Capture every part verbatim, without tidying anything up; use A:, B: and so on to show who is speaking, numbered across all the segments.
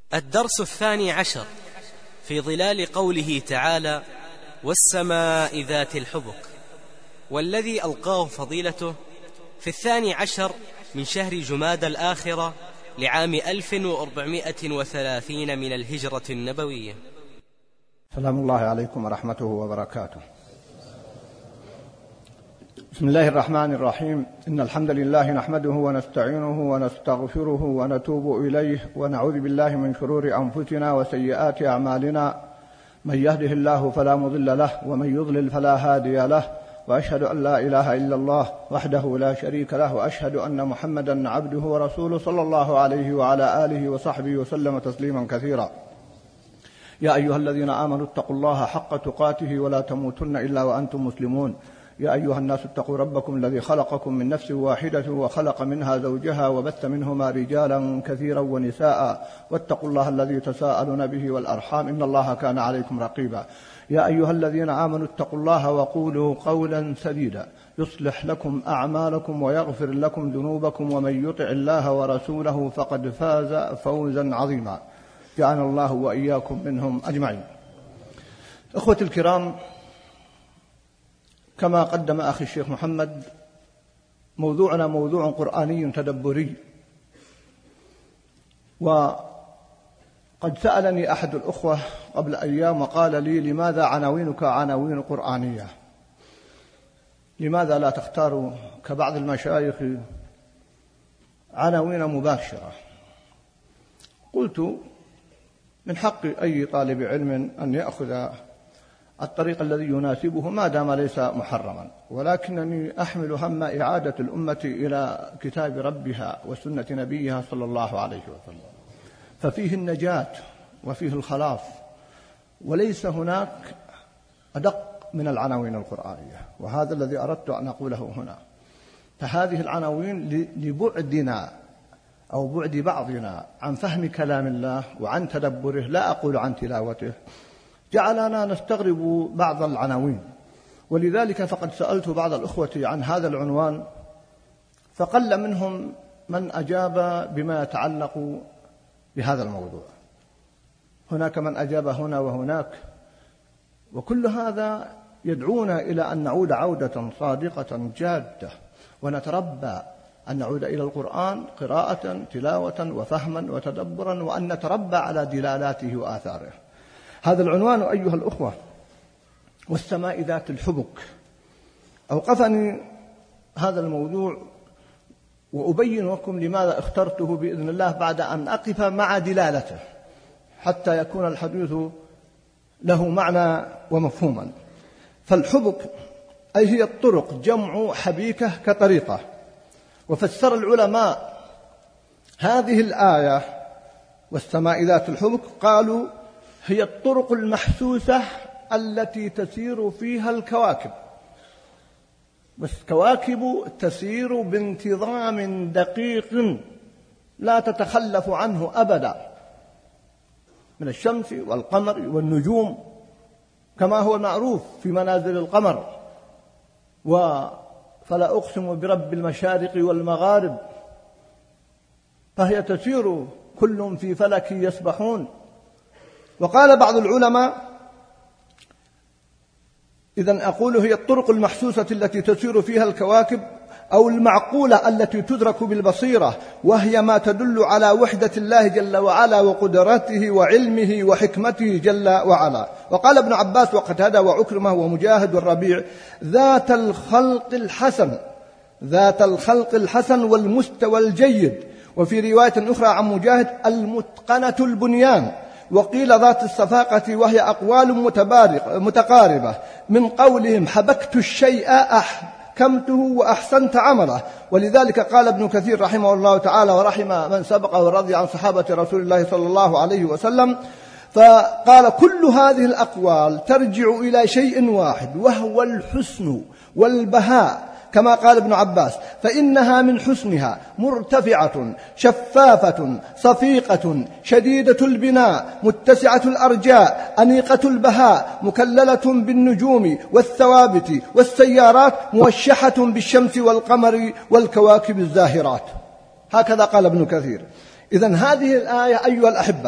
A: الدرس الثاني عشر في ظلال قوله تعالى: والسماء ذات الحبك، والذي ألقاه فضيلته في الثاني عشر من شهر جمادى الآخرة لعام ألف وأربعمائة وثلاثين من الهجرة النبوية.
B: سلام الله عليكم ورحمته وبركاته. بسم الله الرحمن الرحيم. إن الحمد لله نحمده ونستعينه ونستغفره ونتوب إليه ونعوذ بالله من شرور أنفسنا وسيئات أعمالنا، من يهده الله فلا مضل له ومن يضلل فلا هادي له، وأشهد أن لا إله إلا الله وحده لا شريك له، وأشهد أن محمدا عبده ورسوله صلى الله عليه وعلى آله وصحبه وسلم تسليما كثيرا. يا أيها الذين آمنوا اتقوا الله حق تقاته ولا تموتن إلا وأنتم مسلمون. يا أيها الناس اتقوا ربكم الذي خلقكم من نفس واحدة وخلق منها زوجها وبث منهما رجالا كثيرا ونساء، واتقوا الله الذي تساءلون به والأرحام إن الله كان عليكم رقيبا. يا أيها الذين آمنوا اتقوا الله وقولوا قولا سديدا يصلح لكم أعمالكم ويغفر لكم ذنوبكم، ومن يطع الله ورسوله فقد فاز فوزا عظيما. جعلنا الله وإياكم منهم أجمعين. إخوتي الكرام، كما قدم أخي الشيخ محمد، موضوعنا موضوع قرآني تدبري. وقد سألني أحد الأخوة قبل أيام وقال لي: لماذا عناوينك عناوين قرآنية؟ لماذا لا تختار كبعض المشايخ عناوين مباشرة؟ قلت: من حق أي طالب علم أن يأخذ الطريق الذي يناسبه ما دام ليس محرما، ولكنني أحمل هم إعادة الأمة إلى كتاب ربها وسنة نبيها صلى الله عليه وسلم، ففيه النجاة وفيه الخلاص، وليس هناك أدق من العناوين القرآنية، وهذا الذي أردت أن أقوله هنا. فهذه العناوين لبعدنا أو بعد بعضنا عن فهم كلام الله وعن تدبره، لا أقول عن تلاوته، جعلنا نستغرب بعض العناوين. ولذلك فقد سألت بعض الأخوة عن هذا العنوان، فقل منهم من أجاب بما يتعلق بهذا الموضوع. هناك من أجاب هنا وهناك، وكل هذا يدعونا إلى أن نعود عودة صادقة جادة، ونتربى أن نعود إلى القرآن قراءة تلاوة وفهما وتدبرا، وأن نتربى على دلالاته وآثاره. هذا العنوان أيها الأخوة: والسماء ذات الحبك. أوقفني هذا الموضوع وأبين لكم لماذا اخترته بإذن الله بعد أن أقف مع دلالته حتى يكون الحديث له معنى ومفهوما. فالحبك أي هي الطرق، جمع حبيكة كطريقة. وفسر العلماء هذه الآية والسماء ذات الحبك قالوا: هي الطرق المحسوسة التي تسير فيها الكواكب، والكواكب تسير بانتظام دقيق لا تتخلف عنه أبدا، من الشمس والقمر والنجوم كما هو معروف في منازل القمر. فلا أقسم برب المشارق والمغارب، فهي تسير كل في فلك يسبحون. وقال بعض العلماء: إذن أقول هي الطرق المحسوسة التي تسير فيها الكواكب، أو المعقولة التي تدرك بالبصيرة، وهي ما تدل على وحدة الله جل وعلا وقدرته وعلمه وحكمته جل وعلا. وقال ابن عباس وقتادة وعكرمة ومجاهد والربيع: ذات الخلق الحسن، ذات الخلق الحسن والمستوى الجيد. وفي رواية أخرى عن مجاهد: المتقنة البنيان. وقيل ذات الصفاقة، وهي أقوال متقاربة من قولهم: حبكت الشيء أحكمته وأحسنت عمله. ولذلك قال ابن كثير رحمه الله تعالى ورحم من سبقه ورضي عن صحابة رسول الله صلى الله عليه وسلم، فقال: كل هذه الأقوال ترجع إلى شيء واحد، وهو الحسن والبهاء، كما قال ابن عباس: فإنها من حسنها مرتفعة شفافة صفيقة شديدة البناء متسعة الأرجاء أنيقة البهاء مكللة بالنجوم والثوابت والسيارات موشحة بالشمس والقمر والكواكب الزاهرات. هكذا قال ابن كثير. إذن هذه الآية أيها الأحبة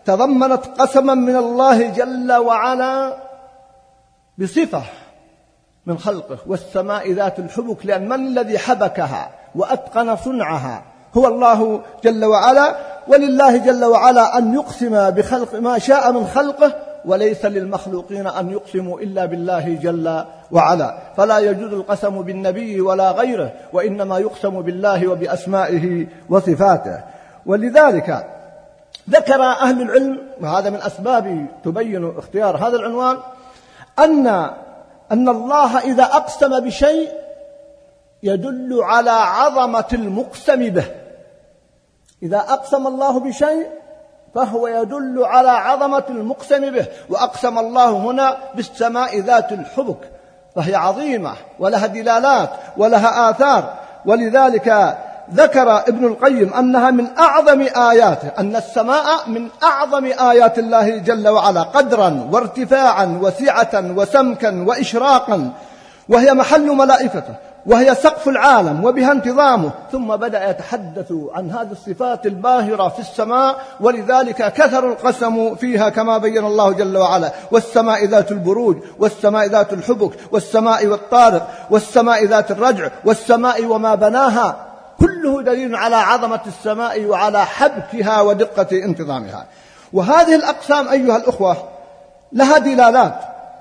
B: تضمنت قسما من الله جل وعلا بصفة من خلقه، والسماء ذات الحبك، لأن من الذي حبكها وأتقن صنعها هو الله جل وعلا. ولله جل وعلا أن يقسم بخلق ما شاء من خلقه، وليس للمخلوقين أن يقسموا إلا بالله جل وعلا، فلا يجوز القسم بالنبي ولا غيره، وإنما يقسم بالله وبأسمائه وصفاته. ولذلك ذكر أهل العلم، وهذا من أسباب تبين اختيار هذا العنوان، أن أن الله إذا أقسم بشيء يدل على عظمة المقسم به. إذا أقسم الله بشيء فهو يدل على عظمة المقسم به. وأقسم الله هنا بالسماء ذات الحبك، فهي عظيمة ولها دلالات ولها آثار. ولذلك ذكر ابن القيم أنها من أعظم آياته، أن السماء من أعظم آيات الله جل وعلا قدرا وارتفاعا وسعة وسمكا وإشراقا، وهي محل ملائكته، وهي سقف العالم وبها انتظامه. ثم بدأ يتحدث عن هذه الصفات الباهرة في السماء، ولذلك كثر القسم فيها كما بين الله جل وعلا: والسماء ذات البروج، والسماء ذات الحبك، والسماء والطارق، والسماء ذات الرجع، والسماء وما بناها. كله دليل على عظمة السماء وعلى حبكها ودقة انتظامها. وهذه الأقسام أيها الأخوة لها دلالات،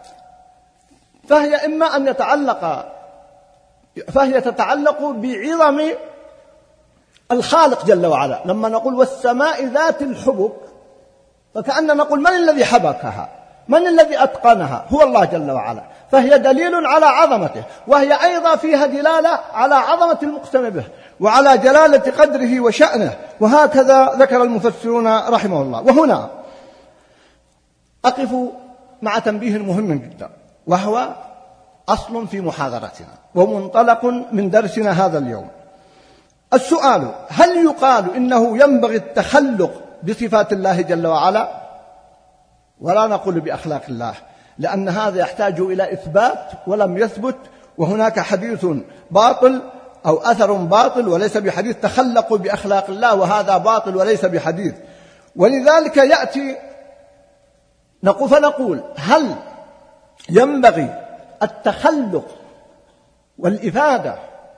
B: فهي إما أن يتعلق فهي تتعلق بعظم الخالق جل وعلا. لما نقول والسماء ذات الحبك، فكأننا نقول من الذي حبكها، من الذي أتقنها؟ هو الله جل وعلا، فهي دليل على عظمته، وهي أيضا فيها دلالة على عظمة المقسم به وعلى جلالة قدره وشأنه. وهكذا ذكر المفسرون رحمه الله. وهنا أقف مع تنبيه مهم جدا، وهو أصل في محاضرتنا ومنطلق من درسنا هذا اليوم. السؤال: هل يقال إنه ينبغي التخلق بصفات الله جل وعلا؟ ولا نقول بأخلاق الله، لأن هذا يحتاج إلى إثبات ولم يثبت، وهناك حديث باطل أو أثر باطل وليس بحديث: تخلقوا بأخلاق الله، وهذا باطل وليس بحديث. ولذلك يأتي نقول فنقول: هل ينبغي التخلق والإفادة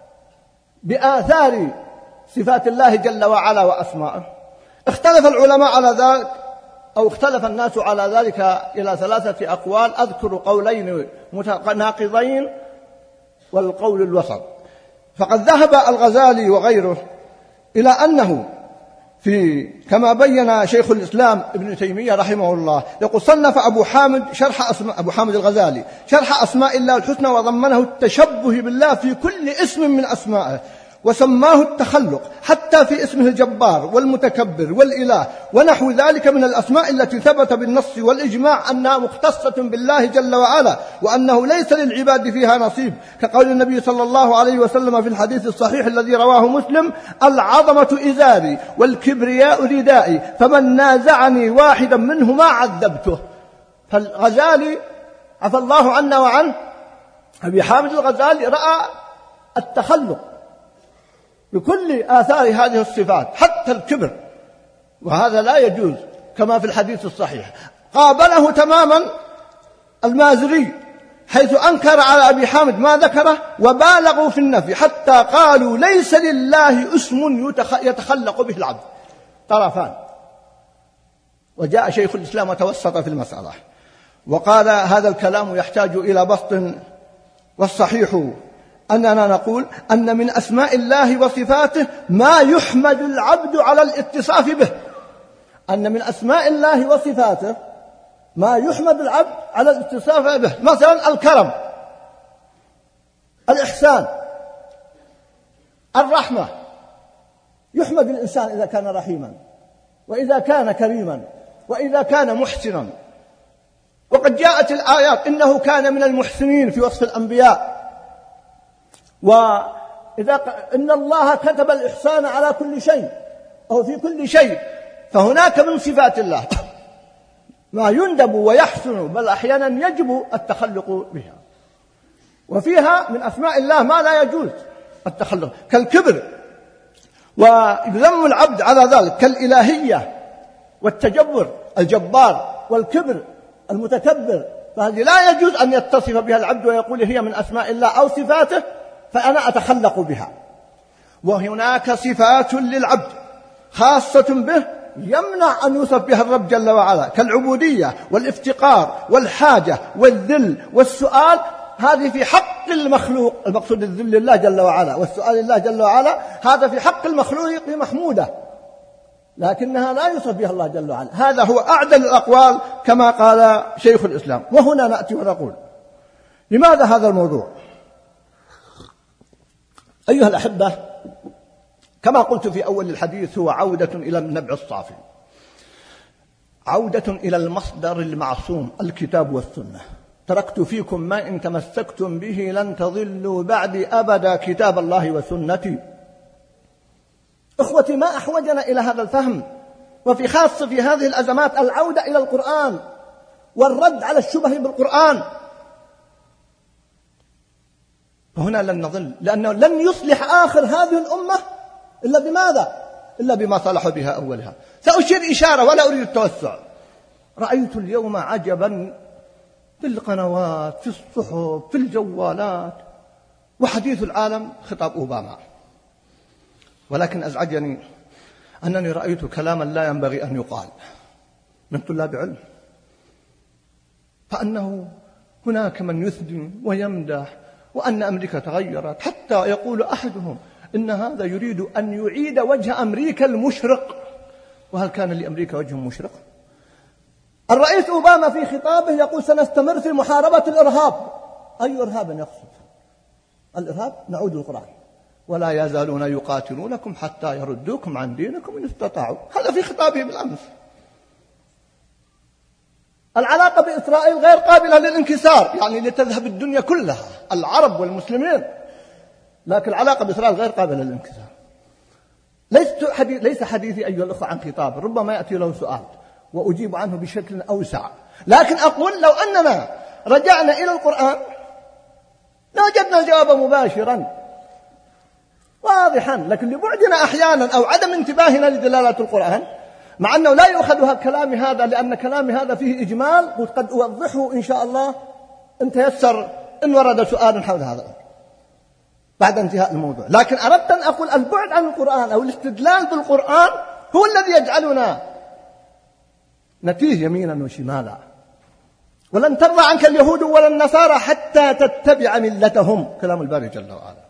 B: بآثار صفات الله جل وعلا وأسمائه؟ اختلف العلماء على ذلك، أو اختلف الناس على ذلك إلى ثلاثة أقوال، أذكر قولين متناقضين والقول الوسط. فقد ذهب الغزالي وغيره إلى أنه في كما بين شيخ الإسلام ابن تيمية رحمه الله، يقول: صنف أبو حامد شرح أسماء أبو حامد الغزالي شرح أسماء الله الحسنى، وضمنه التشبه بالله في كل اسم من أسمائه، وسماه التخلق، حتى في اسمه الجبار والمتكبر والإله ونحو ذلك من الأسماء التي ثبت بالنص والإجماع أنها مختصة بالله جل وعلا، وأنه ليس للعباد فيها نصيب، كقول النبي صلى الله عليه وسلم في الحديث الصحيح الذي رواه مسلم: العظمة إزاري والكبرياء ردائي، فمن نازعني واحدا منهما عذبته. فالغزالي عفى الله عنا وعنه، أبي حامد الغزالي رأى التخلق بكل آثار هذه الصفات حتى الكبر، وهذا لا يجوز كما في الحديث الصحيح. قابله تماما المازري حيث أنكر على أبي حامد ما ذكره، وبالغوا في النفي حتى قالوا: ليس لله اسم يتخلق به العبد. طرفان. وجاء شيخ الإسلام وتوسط في المسألة وقال: هذا الكلام يحتاج إلى بسط، والصحيح أننا نقول أن من أسماء الله وصفاته ما يحمد العبد على الاتصاف به. أن من أسماء الله وصفاته ما يحمد العبد على الاتصاف به، مثلا الكرم، الإحسان، الرحمة. يحمد الإنسان إذا كان رحيما، وإذا كان كريما، وإذا كان محسنا. وقد جاءت الآيات: إنه كان من المحسنين في وصف الأنبياء. وإذا إن الله كتب الإحسان على كل شيء أو في كل شيء، فهناك من صفات الله ما يندب ويحسن، بل أحيانا يجب التخلق بها. وفيها من أسماء الله ما لا يجوز التخلق، كالكبر، ويذم العبد على ذلك، كالإلهية، والتجبر الجبار والكبر المتكبر، فهذه لا يجوز أن يتصف بها العبد ويقول هي من أسماء الله أو صفاته فأنا أتخلق بها. وهناك صفات للعبد خاصة به يمنع أن يوصف بها الرب جل وعلا، كالعبودية والافتقار والحاجة والذل والسؤال، هذه في حق المخلوق. المقصود الذل لله جل وعلا والسؤال لله جل وعلا، هذا في حق المخلوق محمودة، لكنها لا يوصف بها الله جل وعلا. هذا هو أعدل الأقوال كما قال شيخ الإسلام. وهنا نأتي ونقول لماذا هذا الموضوع؟ أيها الأحبة، كما قلت في أول الحديث هو عودة إلى النبع الصافي، عودة إلى المصدر المعصوم الكتاب والسنة. تركت فيكم ما إن تمسكتم به لن تضلوا بعد أبدا، كتاب الله وسنتي. إخوتي، ما أحوجنا إلى هذا الفهم، وفي خاصة في هذه الأزمات العودة إلى القرآن والرد على الشبه بالقرآن. وهنا لن نضل، لأنه لن يصلح آخر هذه الأمة إلا بماذا؟ إلا بما صلح بها أولها. سأشير إشارة ولا أريد التوسع. رأيت اليوم عجبا في القنوات، في الصحف، في الجوالات، وحديث العالم خطاب أوباما، ولكن أزعجني أنني رأيت كلاما لا ينبغي أن يقال من طلاب علم، فأنه هناك من يثني ويمدح وأن أمريكا تغيرت، حتى يقول أحدهم إن هذا يريد أن يعيد وجه أمريكا المشرق. وهل كان لأمريكا وجه مشرق؟ الرئيس أوباما في خطابه يقول سنستمر في محاربة الإرهاب. أي إرهاب يقصد؟ الإرهاب نعود للقرآن، ولا يزالون يقاتلونكم حتى يردوكم عن دينكم إن استطاعوا. هذا في خطابه بالأمس. العلاقة بإسرائيل غير قابلة للانكسار، يعني لتذهب الدنيا كلها العرب والمسلمين، لكن العلاقة بإسرائيل غير قابلة للانكسار. ليس حديث ليس حديثي أيها الأخوة عن خطاب، ربما يأتي له سؤال وأجيب عنه بشكل أوسع، لكن أقول لو أننا رجعنا إلى القرآن لوجدنا الجواب مباشرا واضحا، لكن لبعدنا أحيانا أو عدم انتباهنا لدلالات القرآن، مع أنه لا يؤخذ كلامي هذا لأن كلامي هذا فيه إجمال، وقد أوضحه إن شاء الله إن تيسر إن ورد سؤال حول هذا بعد انتهاء الموضوع. لكن أردت أن أقول البعد عن القرآن أو الاستدلال بالقرآن هو الذي يجعلنا نتيه يمينا وشمالا. ولن ترضى عنك اليهود ولا النصارى حتى تتبع ملتهم، كلام الباري جل وعلا.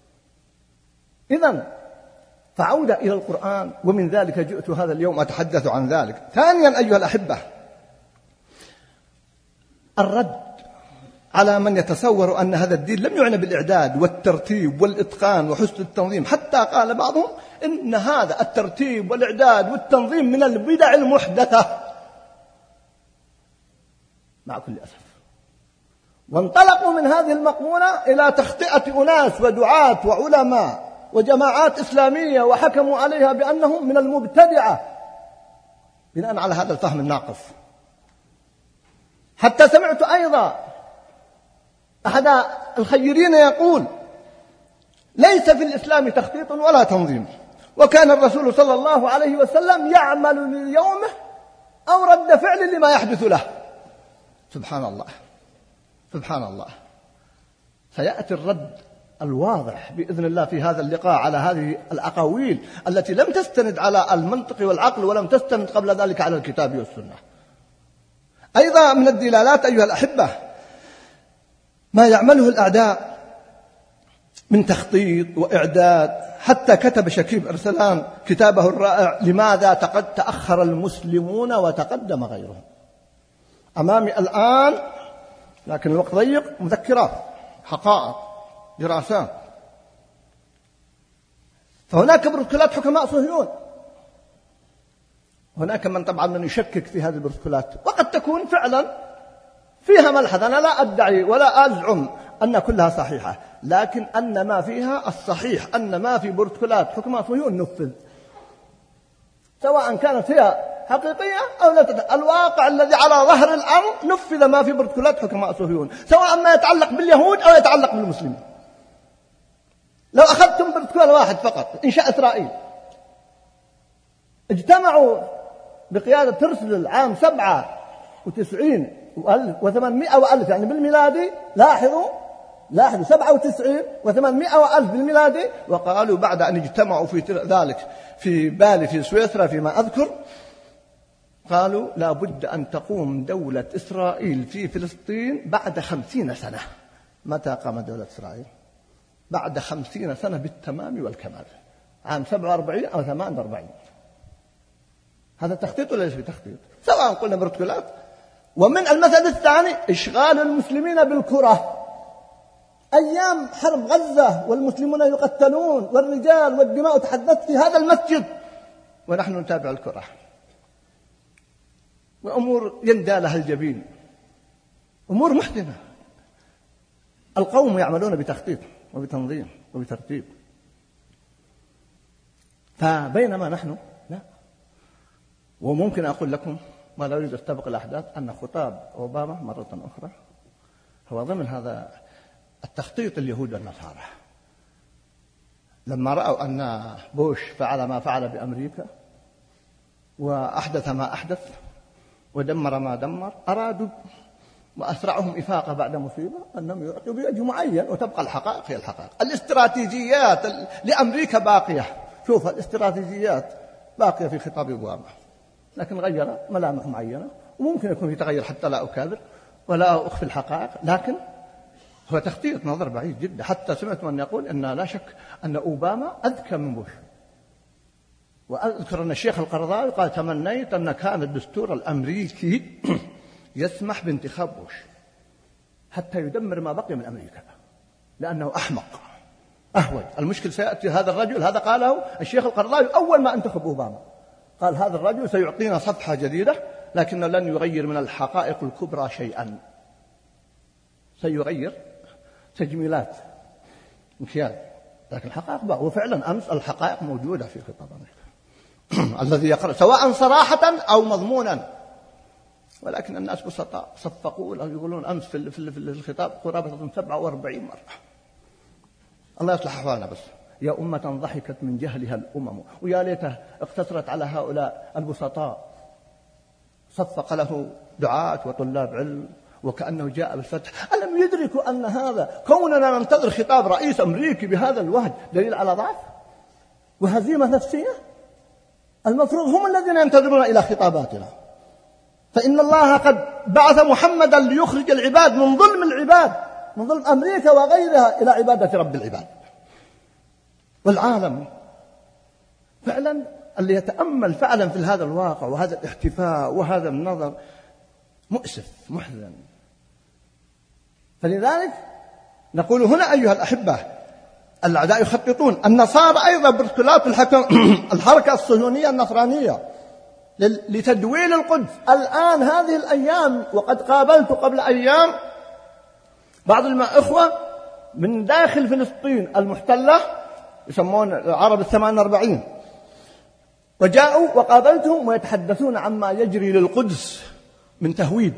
B: إذن فعودة إلى القرآن، ومن ذلك جئت هذا اليوم أتحدث عن ذلك. ثانيا أيها الأحبة، الرد على من يتصور أن هذا الدين لم يعنى بالإعداد والترتيب والإتقان وحسن التنظيم، حتى قال بعضهم إن هذا الترتيب والإعداد والتنظيم من البدع المحدثة، مع كل أسف. وانطلقوا من هذه المقولة إلى تخطئة أناس ودعاة وعلماء وجماعات إسلامية، وحكموا عليها بأنهم من المبتدعة بناء على هذا الفهم الناقص. حتى سمعت أيضا أحد الخيرين يقول ليس في الإسلام تخطيط ولا تنظيم، وكان الرسول صلى الله عليه وسلم يعمل ليومه أو رد فعل لما يحدث له. سبحان الله سبحان الله. سيأتي الرد الواضح بإذن الله في هذا اللقاء على هذه الأقاويل التي لم تستند على المنطق والعقل ولم تستند قبل ذلك على الكتاب والسنة. أيضا من الدلالات أيها الأحبة ما يعمله الأعداء من تخطيط وإعداد، حتى كتب شكيب أرسلان كتابه الرائع لماذا قد تأخر المسلمون وتقدم غيرهم. أمامي الآن لكن الوقت ضيق مذكرات، حقائق، دراسات. فهناك بروتوكولات حكماء صهيون، هناك من طبعا من يشكك في هذه البروتوكولات، وقد تكون فعلا فيها ملحظ. أنا لا أدعي ولا أزعم أن كلها صحيحة، لكن أن ما فيها الصحيح أن ما في بروتوكولات حكماء صهيون نفذ، سواء كانت هي حقيقية أو لا تتحقق. الواقع الذي على ظهر الأرض نفذ ما في بروتوكولات حكماء صهيون، سواء ما يتعلق باليهود أو يتعلق بالمسلمين. لو أخذتم بروتوكول واحد فقط، إنشاء إسرائيل، اجتمعوا بقيادة ترسل عام سبعة وتسعين وثمانمائة وألف، يعني بالميلادي. لاحظوا لاحظوا سبعة وتسعين وثمانمائة وألف بالميلادي. وقالوا بعد أن اجتمعوا في ذلك في بالي في سويسرا فيما أذكر، قالوا لا بد أن تقوم دولة إسرائيل في فلسطين بعد خمسين سنة. متى قامت دولة إسرائيل؟ بعد خمسين سنة بالتمام والكمال، عام سبعة وأربعين أو ثمانية وأربعين. هذا تخطيط ولا ليس بتخطيط؟ سواء قلنا بروتوكولات. ومن المثل الثاني إشغال المسلمين بالكرة. أيام حرب غزة والمسلمون يقتلون والرجال والدماء، تحدثت في هذا المسجد ونحن نتابع الكرة، وأمور يندى لها الجبين، أمور محزنة. القوم يعملون بتخطيط وبتنظيم وبترتيب، فبينما نحن لا. وممكن أقول لكم ما لا أريد أستبق الأحداث أن خطاب أوباما مرة أخرى هو ضمن هذا التخطيط اليهود والنصارى، لما رأوا أن بوش فعل ما فعل بأمريكا وأحدث ما أحدث ودمر ما دمر، أرادوا وأسرعهم إفاقة بعد مصيبة أنهم يعطوا بوجه معين وتبقى الحقائق هي الحقائق. الاستراتيجيات لأمريكا باقية. شوف الاستراتيجيات باقية في خطاب أوباما، لكن غير ملامح معينة، وممكن يكون في تغير حتى لا أكابر ولا أخفي الحقائق، لكن هو تخطيط نظر بعيد جدا. حتى سمعت من يقول أن لا شك أن أوباما أذكى من بوش. وأذكر أن الشيخ القرضاوي قال تمنيت أن كان الدستور الأمريكي يسمح بانتخاب بوش حتى يدمر ما بقي من أمريكا، لأنه أحمق أهوج. المشكل سيأتي هذا الرجل، هذا قاله الشيخ القرضاوي أول ما انتخب أوباما، قال هذا الرجل سيعطينا صفحة جديدة لكنه لن يغير من الحقائق الكبرى شيئا، سيغير تجميلات مكيال، لكن الحقائق بقى. وفعلا أمس الحقائق موجودة في خطاب أمريكا الذي يقرأ سواء صراحة أو مضمونا، ولكن الناس بسطاء صفقوا يقولون أمس في في الخطاب قرابة سبعة وأربعين مرة. الله يصلح أحوالنا. بس يا أمة ضحكت من جهلها الأمم، ويا ليته اقتصرت على هؤلاء البسطاء. صفق له دعاة وطلاب علم وكأنه جاء بالفتح. ألم يدركوا أن هذا كوننا ننتظر خطاب رئيس أمريكي بهذا الوهج دليل على ضعف وهزيمة نفسية؟ المفروض هم الذين ينتظرون إلى خطاباتنا، فإن الله قد بعث محمدا ليخرج العباد من ظلم العباد، من ظلم أمريكا وغيرها، إلى عبادة رب العباد. والعالم فعلا اللي يتأمل فعلا في هذا الواقع وهذا الاحتفاء وهذا النظر مؤسف محزن. فلذلك نقول هنا أيها الأحبة الأعداء يخططون. النصارى أيضا بروتوكولات الحركة الصهيونية النصرانية لتدويل القدس الآن هذه الأيام. وقد قابلت قبل أيام بعض الإخوة من داخل فلسطين المحتلة يسمون العرب الثمان وأربعين، وجاءوا وقابلتهم ويتحدثون عما يجري للقدس من تهويد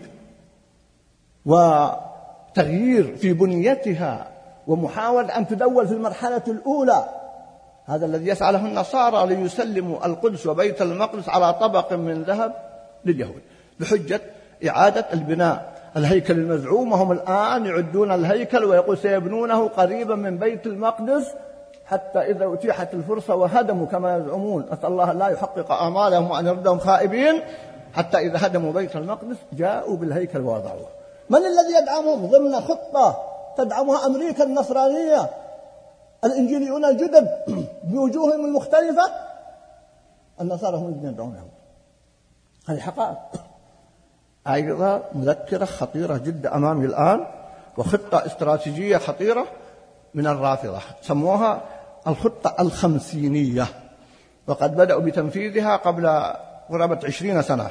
B: وتغيير في بنيتها ومحاولة أن تدول في المرحلة الأولى. هذا الذي يسعى له النصارى ليسلموا القدس وبيت المقدس على طبق من ذهب لليهود بحجة إعادة البناء الهيكل المزعوم. وهم الآن يعدون الهيكل ويقول سيبنونه قريبا من بيت المقدس حتى إذا أتيحت الفرصة وهدموا كما يزعمون، أسأل الله لا يحقق آمالهم وأن يردهم خائبين، حتى إذا هدموا بيت المقدس جاءوا بالهيكل ووضعوه. من الذي يدعمهم ضمن خطة تدعمها أمريكا النصرانية الإنجيليون الجدد بوجوههم المختلفة؟ النصارى هم الذين يدعونهم. هذه حقائق. أيضا مذكرة خطيرة جدا أمامي الآن وخطة استراتيجية خطيرة من الرافضة سموها الخطة الخمسينية، وقد بدأوا بتنفيذها قبل قرابة عشرين سنة،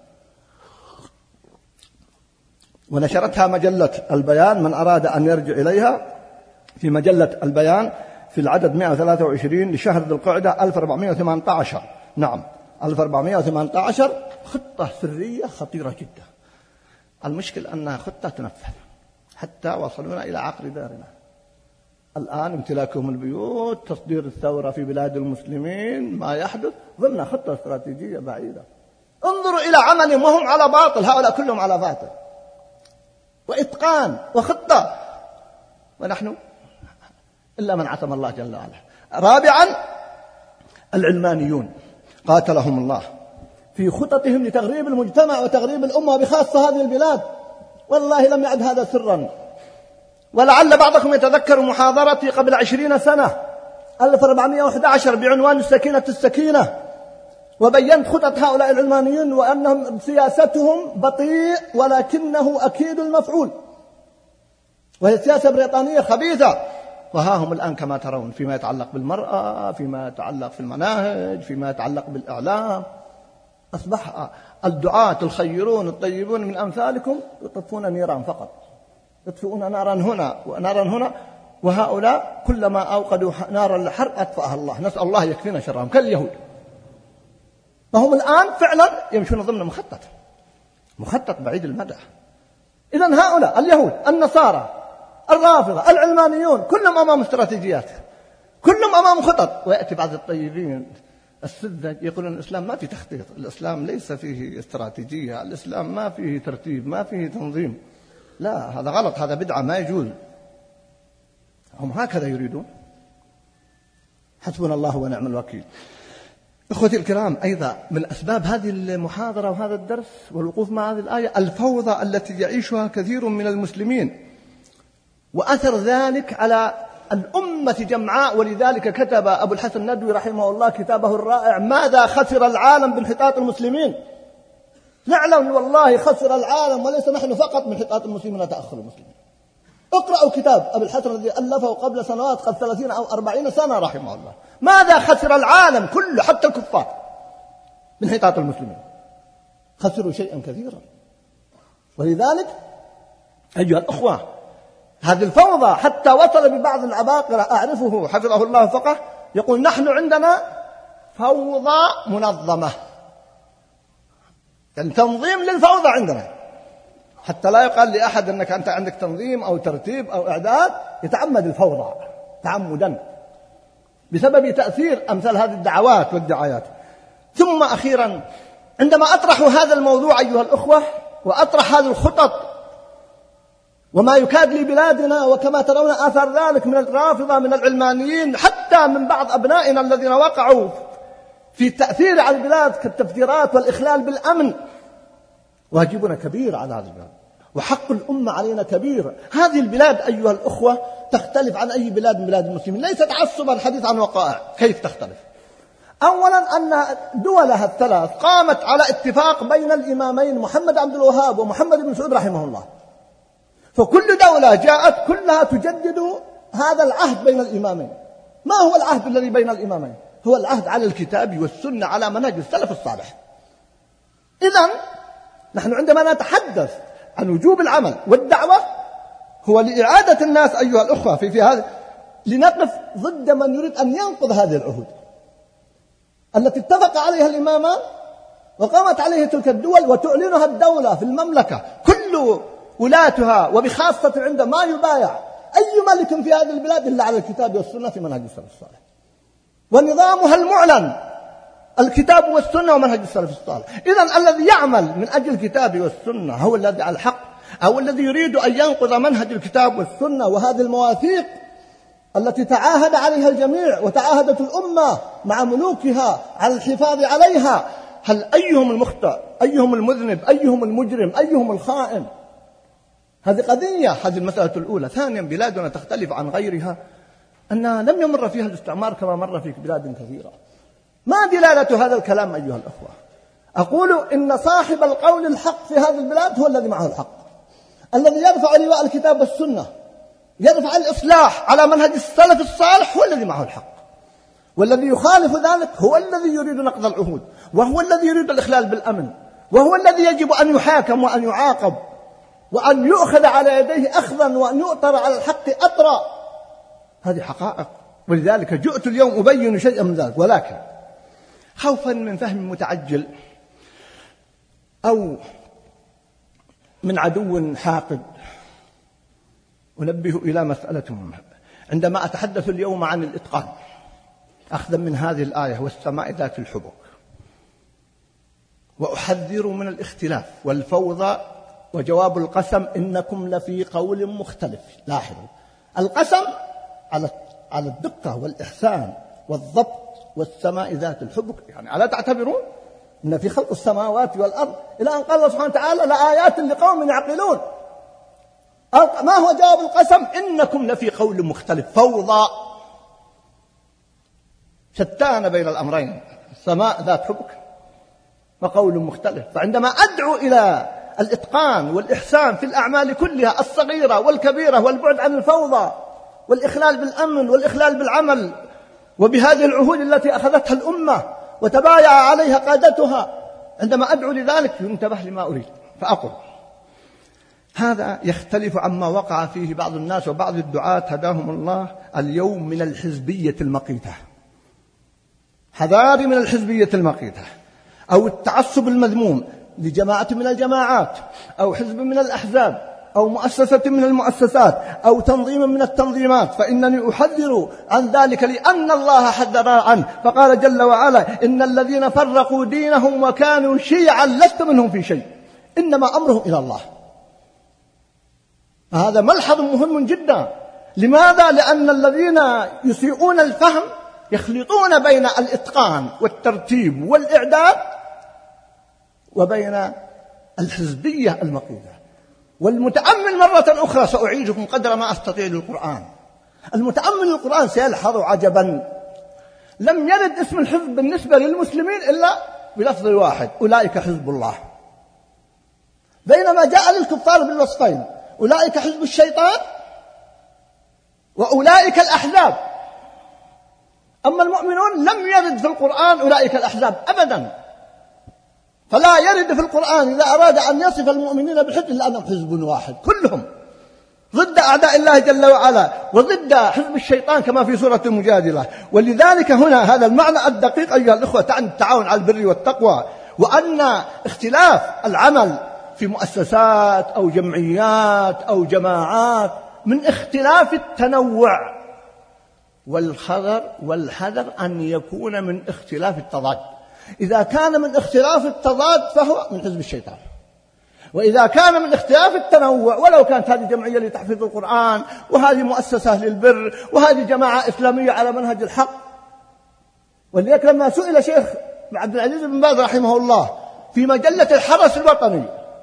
B: ونشرتها مجلة البيان. من أراد أن يرجع إليها في مجلة البيان في العدد مئة وثلاثة وعشرين لشهر ذي القعدة ألف وأربعمئة وثمانية عشر. نعم ألف وأربعمئة وثمانية عشر. خطة سرية خطيرة جدا. المشكل أنها خطة تنفذ حتى وصلنا إلى عقر دارنا الآن. امتلاكهم البيوت، تصدير الثورة في بلاد المسلمين، ما يحدث ضمن خطة استراتيجية بعيدة. انظروا إلى عملهم وهم على باطل، هؤلاء كلهم على باطل وإتقان وخطة، ونحن إلا من عصم الله جل وعلا. رابعا العلمانيون قاتلهم الله في خططهم لتغريب المجتمع وتغريب الأمة وبخاصة هذه البلاد، والله لم يعد هذا سرا. ولعل بعضكم يتذكر محاضرتي قبل عشرين سنة ألف وأربعمائة وأحد عشر بعنوان السكينة السكينة، وبينت خطط هؤلاء العلمانيين وأنهم سياستهم بطيء ولكنه أكيد المفعول، وهي سياسة بريطانية خبيثة. وها هم الآن كما ترون فيما يتعلق بالمرأة، فيما يتعلق في المناهج، فيما يتعلق بالإعلام، أصبح الدعاة الخيرون الطيبون من أمثالكم يطفون نيران فقط، يطفئون نارا هنا ونارا هنا، وهؤلاء كلما أوقدوا نارا للحرب أطفأها الله، نسأل الله يكفينا شرهم كاليهود. فهم الآن فعلا يمشون ضمن مخطط مخطط بعيد المدى. إذن هؤلاء اليهود، النصارى، الرافضة، العلمانيون كلهم أمام استراتيجيات، كلهم أمام خطط. ويأتي بعض الطيبين السذج يقولون الإسلام ما في تخطيط، الإسلام ليس فيه استراتيجية، الإسلام ما فيه ترتيب، ما فيه تنظيم. لا، هذا غلط، هذا بدعة، ما يجوز. هم هكذا يريدون. حسبنا الله ونعم الوكيل. إخوتي الكرام، أيضا من أسباب هذه المحاضرة وهذا الدرس والوقوف مع هذه الآية الفوضى التي يعيشها كثير من المسلمين، وأثر ذلك على الأمة جمعاء. ولذلك كتب أبو الحسن الندوي رحمه الله كتابه الرائع ماذا خسر العالم بانحطاط المسلمين. نعلم والله خسر العالم، وليس نحن فقط من انحطاط المسلمين وتأخر المسلمين. اقرأوا كتاب أبو الحسن الذي ألفه قبل سنوات قد ثلاثين أو أربعين سنة رحمه الله، ماذا خسر العالم كله حتى الكفار من انحطاط المسلمين. خسروا شيئا كثيرا. ولذلك أيها الأخوة، هذه الفوضى حتى وصل ببعض العباقرة أعرفه حفظه الله فقه يقول نحن عندنا فوضى منظمة، يعني تنظيم للفوضى عندنا، حتى لا يقال لأحد أنك أنت عندك تنظيم أو ترتيب أو إعداد يتعمد الفوضى تعمدا بسبب تأثير أمثال هذه الدعوات والدعايات. ثم أخيرا عندما أطرح هذا الموضوع أيها الأخوة وأطرح هذه الخطط وما يكاد لبلادنا، وكما ترون آثار ذلك من الرافضة من العلمانيين حتى من بعض أبنائنا الذين وقعوا في التأثير على البلاد كالتفجيرات والإخلال بالأمن، واجبنا كبير على هذه البلاد وحق الأمة علينا كبير. هذه البلاد أيها الأخوة تختلف عن أي بلاد من بلاد المسلمين، ليس تعصبا حديث عن وقائع. كيف تختلف؟ أولا أن دولها الثلاث قامت على اتفاق بين الإمامين محمد عبد الوهاب ومحمد بن سعود رحمه الله، فكل دولة جاءت كلها تجدد هذا العهد بين الإمامين. ما هو العهد الذي بين الإمامين؟ هو العهد على الكتاب والسنة على منهج السلف الصالح. إذن نحن عندما نتحدث عن وجوب العمل والدعوة هو لإعادة الناس أيها الأخوة في, في هذا، لنقف ضد من يريد أن ينقض هذه العهود التي اتفق عليها الإمامان وقامت عليه تلك الدول وتعلنها الدولة في المملكة، كل ولاتها وبخاصة عندما يبايع أي ملك في هذه البلاد إلا على الكتاب والسنة في منهج السلف الصالح، ونظامها المعلن الكتاب والسنة ومنهج السلف الصالح. إذن الذي يعمل من أجل الكتاب والسنة هو الذي على الحق، أو الذي يريد أن ينقض منهج الكتاب والسنة وهذه المواثيق التي تعاهد عليها الجميع وتعاهدت الأمة مع ملوكها على الحفاظ عليها. هل أيهم المخطئ؟ أيهم المذنب؟ أيهم المجرم؟ أيهم الخائن؟ هذه قضية، هذه المسألة الأولى. ثانيا بلادنا تختلف عن غيرها أنها لم يمر فيها الاستعمار كما مر في بلاد كثيرة. ما دلالة هذا الكلام أيها الأخوة؟ أقول إن صاحب القول الحق في هذه البلاد هو الذي معه الحق، الذي يرفع لواء الكتاب والسنة، يرفع الإصلاح على منهج السلف الصالح، هو الذي معه الحق. والذي يخالف ذلك هو الذي يريد نقض العهود، وهو الذي يريد الإخلال بالأمن، وهو الذي يجب أن يحاكم وأن يعاقب وأن يؤخذ على يديه أخذا وأن يؤطر على الحق أطرا. هذه حقائق. ولذلك جئت اليوم أبين شيئا من ذلك، ولكن خوفا من فهم متعجل أو من عدو حاقد أنبه إلى مسألة مهمة. عندما أتحدث اليوم عن الإتقان أخذا من هذه الآية والسماء ذات الحبك، وأحذر من الاختلاف والفوضى. وجواب القسم إنكم لفي قول مختلف. لاحظوا القسم على على الدقة والإحسان والضبط، والسماء ذات الحبك، يعني ألا تعتبرون إن في خلق السماوات والأرض إلى أن قال الله سبحانه وتعالى لآيات لقوم يعقلون. ما هو جواب القسم؟ إنكم لفي قول مختلف. فوضى شتان بين الأمرين، السماء ذات حبك وقول مختلف. فعندما أدعو إلى الإتقان والإحسان في الأعمال كلها الصغيرة والكبيرة، والبعد عن الفوضى والإخلال بالأمن والإخلال بالعمل وبهذه العهود التي أخذتها الأمة وتبايع عليها قادتها، عندما أدعو لذلك ينتبه لما أريد. فأقول هذا يختلف عما وقع فيه بعض الناس وبعض الدعاة هداهم الله اليوم من الحزبية المقيتة. حذاري من الحزبية المقيتة أو التعصب المذموم لجماعة من الجماعات أو حزب من الأحزاب أو مؤسسة من المؤسسات أو تنظيم من التنظيمات، فإنني أحذر عن ذلك لأن الله حذر عنه. فقال جل وعلا إن الذين فرقوا دينهم وكانوا شيعا لست منهم في شيء إنما أمرهم إلى الله. هذا ملحظ مهم جدا. لماذا؟ لأن الذين يسيئون الفهم يخلطون بين الإتقان والترتيب والإعداد وبين الحزبية المقيتة. والمتأمل مرة أخرى سأعيدكم قدر ما أستطيع للقرآن. المتأمل للقرآن سيلحظ عجبا، لم يرد اسم الحزب بالنسبة للمسلمين إلا بلفظ واحد: أولئك حزب الله. بينما جاء للكفار بالوصفين: أولئك حزب الشيطان وأولئك الأحزاب. أما المؤمنون لم يرد في القرآن أولئك الأحزاب أبدا. فلا يرد في القرآن إذا أراد أن يصف المؤمنين بالحزب إلا أنهم حزب واحد كلهم ضد أعداء الله جل وعلا وضد حزب الشيطان كما في سورة المجادلة. ولذلك هنا هذا المعنى الدقيق أيها الأخوة تعني التعاون على البر والتقوى، وأن اختلاف العمل في مؤسسات أو جمعيات أو جماعات من اختلاف التنوع، والحذر والحذر أن يكون من اختلاف التضاد. إذا كان من اختلاف التضاد فهو من حزب الشيطان، وإذا كان من اختلاف التنوع ولو كانت هذه جمعية لتحفيظ القرآن وهذه مؤسسة للبر وهذه جماعة إسلامية على منهج الحق. ولذلك لما سئل شيخ عبد العزيز بن باز رحمه الله في مجلة الحرس الوطني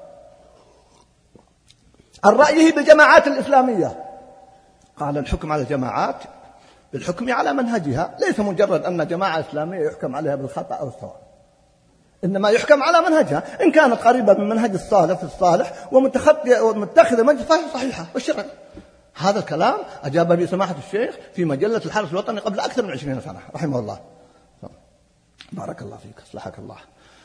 B: عن رأيه بالجماعات الإسلامية، قال الحكم على الجماعات بالحكم على منهجها، ليس مجرد أن جماعة إسلامية يحكم عليها بالخطأ أو الصواب، إنما يحكم على منهجها. إن كانت قريبة من منهج الصالح الصالح ومتخذة منهج فهي صحيحة والشرع. هذا الكلام أجاب به سماحة الشيخ في مجلة الحرس الوطني قبل أكثر من عشرين سنة رحمه الله. بارك الله فيك، أصلحك الله.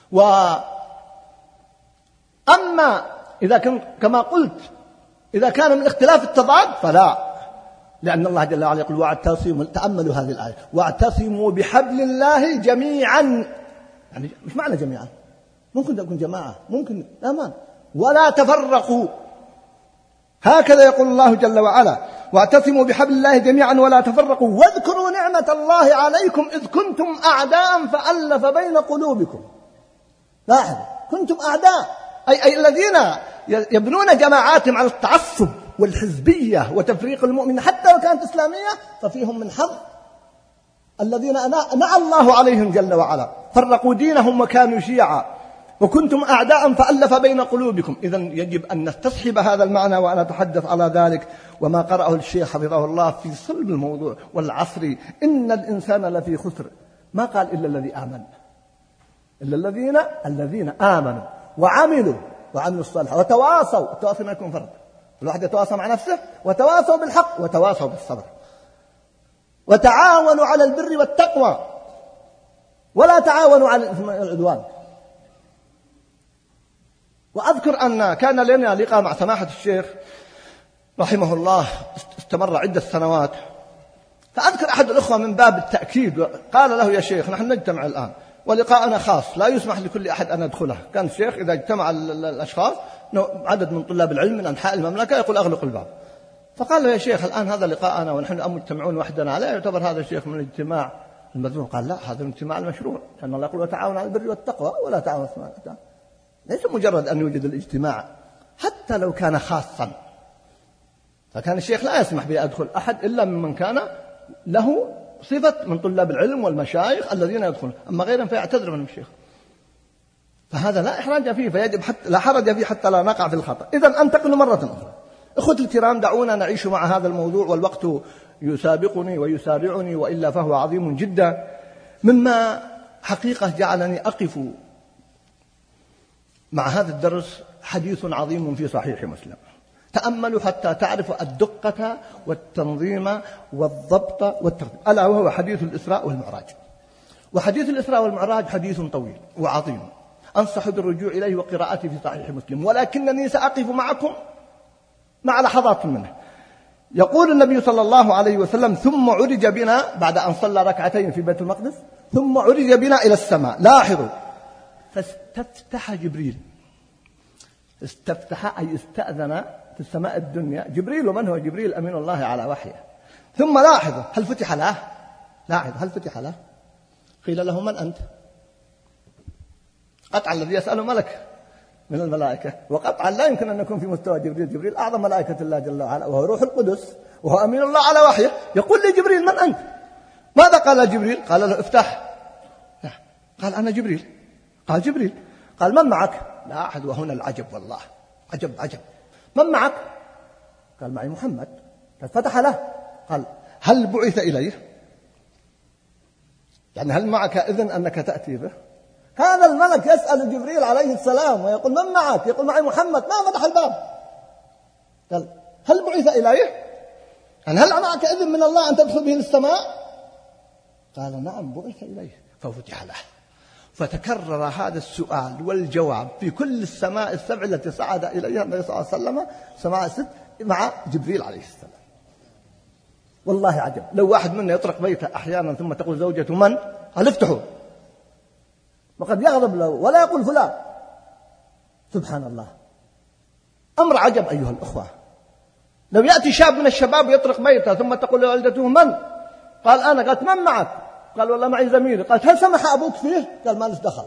B: وأما إذا كان كما قلت إذا كان من اختلاف التضاد فلا، لأن الله جل وعلا يقول واعتصموا، تأملوا هذه الآية: واعتصموا بحبل الله جميعا. يعني مش معنى جميعا، ممكن تكون جماعة، ممكن أمان، ولا تفرقوا. هكذا يقول الله جل وعلا: واعتصموا بحبل الله جميعا ولا تفرقوا واذكروا نعمة الله عليكم إذ كنتم أعداء فألف بين قلوبكم. لاحظ، كنتم أعداء أي, أي الذين يبنون جماعاتهم على التعصب والحزبية وتفريق المؤمن حتى لو كانت إسلامية ففيهم من حظ الذين أنعم الله عليهم جل وعلا، فرقوا دينهم وكانوا شيعا وكنتم أعداء فألف بين قلوبكم. إذن يجب أن نستصحب هذا المعنى وأنا أتحدث على ذلك وما قرأه الشيخ حفظه الله في صلب الموضوع والعصر: إن الإنسان لفي خسر. ما قال إلا الذي آمن، إلا الذين الذين آمنوا وعملوا وعملوا الصالحات وتواصوا. التواصي ما يكون فرد، الواحد يتواصى مع نفسه وتواصوا بالحق وتواصوا بالصبر وتعاونوا على البر والتقوى ولا تعاونوا على الإثم والعدوان. وأذكر أن كان لنا لقاء مع سماحة الشيخ رحمه الله استمر عدة سنوات، فأذكر أحد الأخوة من باب التأكيد قال له: يا شيخ نحن نجتمع الآن ولقاءنا خاص لا يسمح لكل أحد أن يدخله. كان الشيخ إذا اجتمع الأشخاص عدد من طلاب العلم من أنحاء المملكة يقول أغلق الباب. فقال له: يا شيخ الآن هذا لقاءنا ونحن الآن مجتمعون وحدنا، لا يعتبر هذا الشيخ من الاجتماع المذموم. قال لا، هذا الاجتماع المشروع، لأن الله يقول وتعاونوا على البر والتقوى ولا تعاونوا على الإثم والعدوان. ليس مجرد أن يوجد الاجتماع، حتى لو كان خاصا، فكان الشيخ لا يسمح بأدخل أحد إلا ممن كان له صفة من طلاب العلم والمشايخ الذين يدخلون، أما غيرهم فيعتذر من الشيخ. فهذا لا إحراج فيه، فيجب حتى لا حرج فيه حتى لا نقع في الخطأ. إذن أنتقل مرة أخرى. إخوتي الكرام، دعونا نعيش مع هذا الموضوع، والوقت يسابقني ويسارعني، وإلا فهو عظيم جدا، مما حقيقة جعلني أقف مع هذا الدرس حديث عظيم في صحيح مسلم. تأملوا حتى تعرفوا الدقة والتنظيم والضبط والترتيب، ألا وهو حديث الإسراء والمعراج. وحديث الإسراء والمعراج حديث طويل وعظيم، أنصح بالرجوع إليه وقراءته في صحيح مسلم، ولكنني سأقف معكم مع لحظات منه. يقول النبي صلى الله عليه وسلم: ثم عرج بنا، بعد أن صلى ركعتين في بيت المقدس، ثم عرج بنا إلى السماء. لاحظوا، فاستفتح جبريل. استفتح أي استأذن في السماء الدنيا جبريل. ومن هو جبريل؟ أمين الله على وحيه. ثم لاحظوا، هل فتح له؟ لاحظوا، هل فتح له؟ قيل له: من أنت؟ قطعا الذي يسأله ملك من الملائكة، وقطعا لا يمكن أن يكون في مستوى جبريل. جبريل أعظم ملائكة الله جل وعلا، وهو روح القدس، وهو أمين الله على وحيه. يقول لي جبريل: من أنت؟ ماذا قال جبريل؟ قال له: افتح. قال: أنا جبريل. قال: جبريل. قال: من معك؟ لا أحد. وهنا العجب، والله عجب عجب. من معك؟ قال: معي محمد. فتح له. قال: هل بعث إليه؟ يعني هل معك إذن أنك تأتي به؟ هذا الملك يسأل جبريل عليه السلام ويقول: من معك؟ يقول: معي محمد. ما فتح الباب. قال: هل بعث إليه؟ يعني هل معك إذن من الله أن تدخل به للسماء؟ قال: نعم، بعث إليه. ففتح له. فتكرر هذا السؤال والجواب في كل السماء السبع التي صعد إليها النبي صلى الله عليه وسلم، سماء ست، مع جبريل عليه السلام. والله عجب، لو واحد منا يطرق بيته أحيانا ثم تقول زوجته: من؟ قال: افتحوا. وقد يغضب له ولا يقول فلان. سبحان الله، أمر عجب أيها الأخوة. لو يأتي شاب من الشباب يطرق بيته ثم تقول لوالدته: من؟ قال: أنا. قالت: من معك؟ قال: والله معي زميلي. قالت: هل سمح أبوك فيه؟ قال: ما ليش دخل.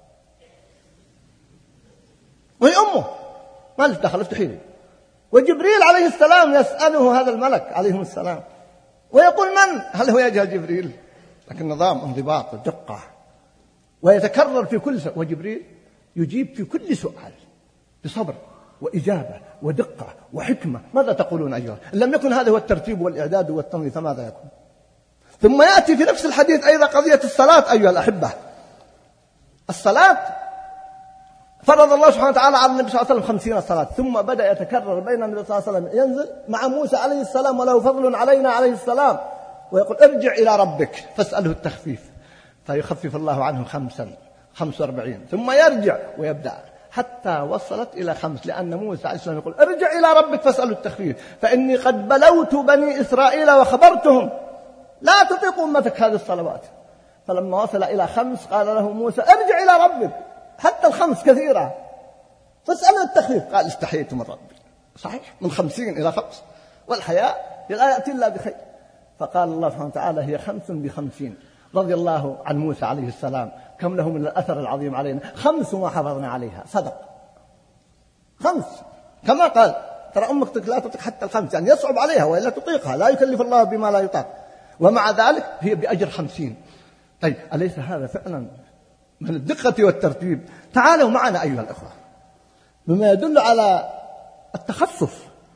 B: وهي أمه، ما ليش دخل، افتحي لي. وجبريل عليه السلام يسأله هذا الملك عليه السلام ويقول: من؟ هل هو يجهل جبريل؟ لكن نظام، انضباط ودقة، ويتكرر في كل سؤال، وجبريل يجيب في كل سؤال بصبر وإجابة ودقة وحكمة. ماذا تقولون أيها؟ إن لم يكن هذا هو الترتيب والإعداد والتنظيم فماذا يكون؟ ثم يأتي في نفس الحديث أيضا قضية الصلاة أيها الأحبة. الصلاة فرض الله سبحانه وتعالى على النبي صلى الله عليه وسلم خمسين صلاة، ثم بدأ يتكرر بين النبي صلى الله عليه وسلم ينزل مع موسى عليه السلام وله فضل علينا عليه السلام، ويقول: ارجع إلى ربك فاسأله التخفيف، فيخفف الله عنه خمسا خمس واربعين، ثم يرجع ويبدأ حتى وصلت إلى خمس، لأن موسى عليه السلام يقول: ارجع إلى ربك فاسأله التخفيف، فإني قد بلوت بني إسرائيل وخبرتهم لا تطيق أمتك هذه الصلوات. فلما وصل إلى خمس قال له موسى: ارجع إلى ربك، حتى الخمس كثيرة، فاسأله التخفيف. قال: استحييت من ربي. صحيح، من خمسين إلى خمس، والحياء لا يأتي إلا بخير. فقال الله سبحانه وتعالى: هي خمس بخمسين. رضي الله عن موسى عليه السلام، كم له من الأثر العظيم علينا. خمس ما حفظنا عليها، صدق، خمس كما قال. ترى أمك لا تطيق حتى الخمس، يعني يصعب عليها وإلا تطيقها، لا يكلف الله بما لا يطاق، ومع ذلك هي بأجر خمسين. طيب، أليس هذا فعلا من الدقة والترتيب؟ تعالوا معنا أيها الأخوة بما يدل على التخصص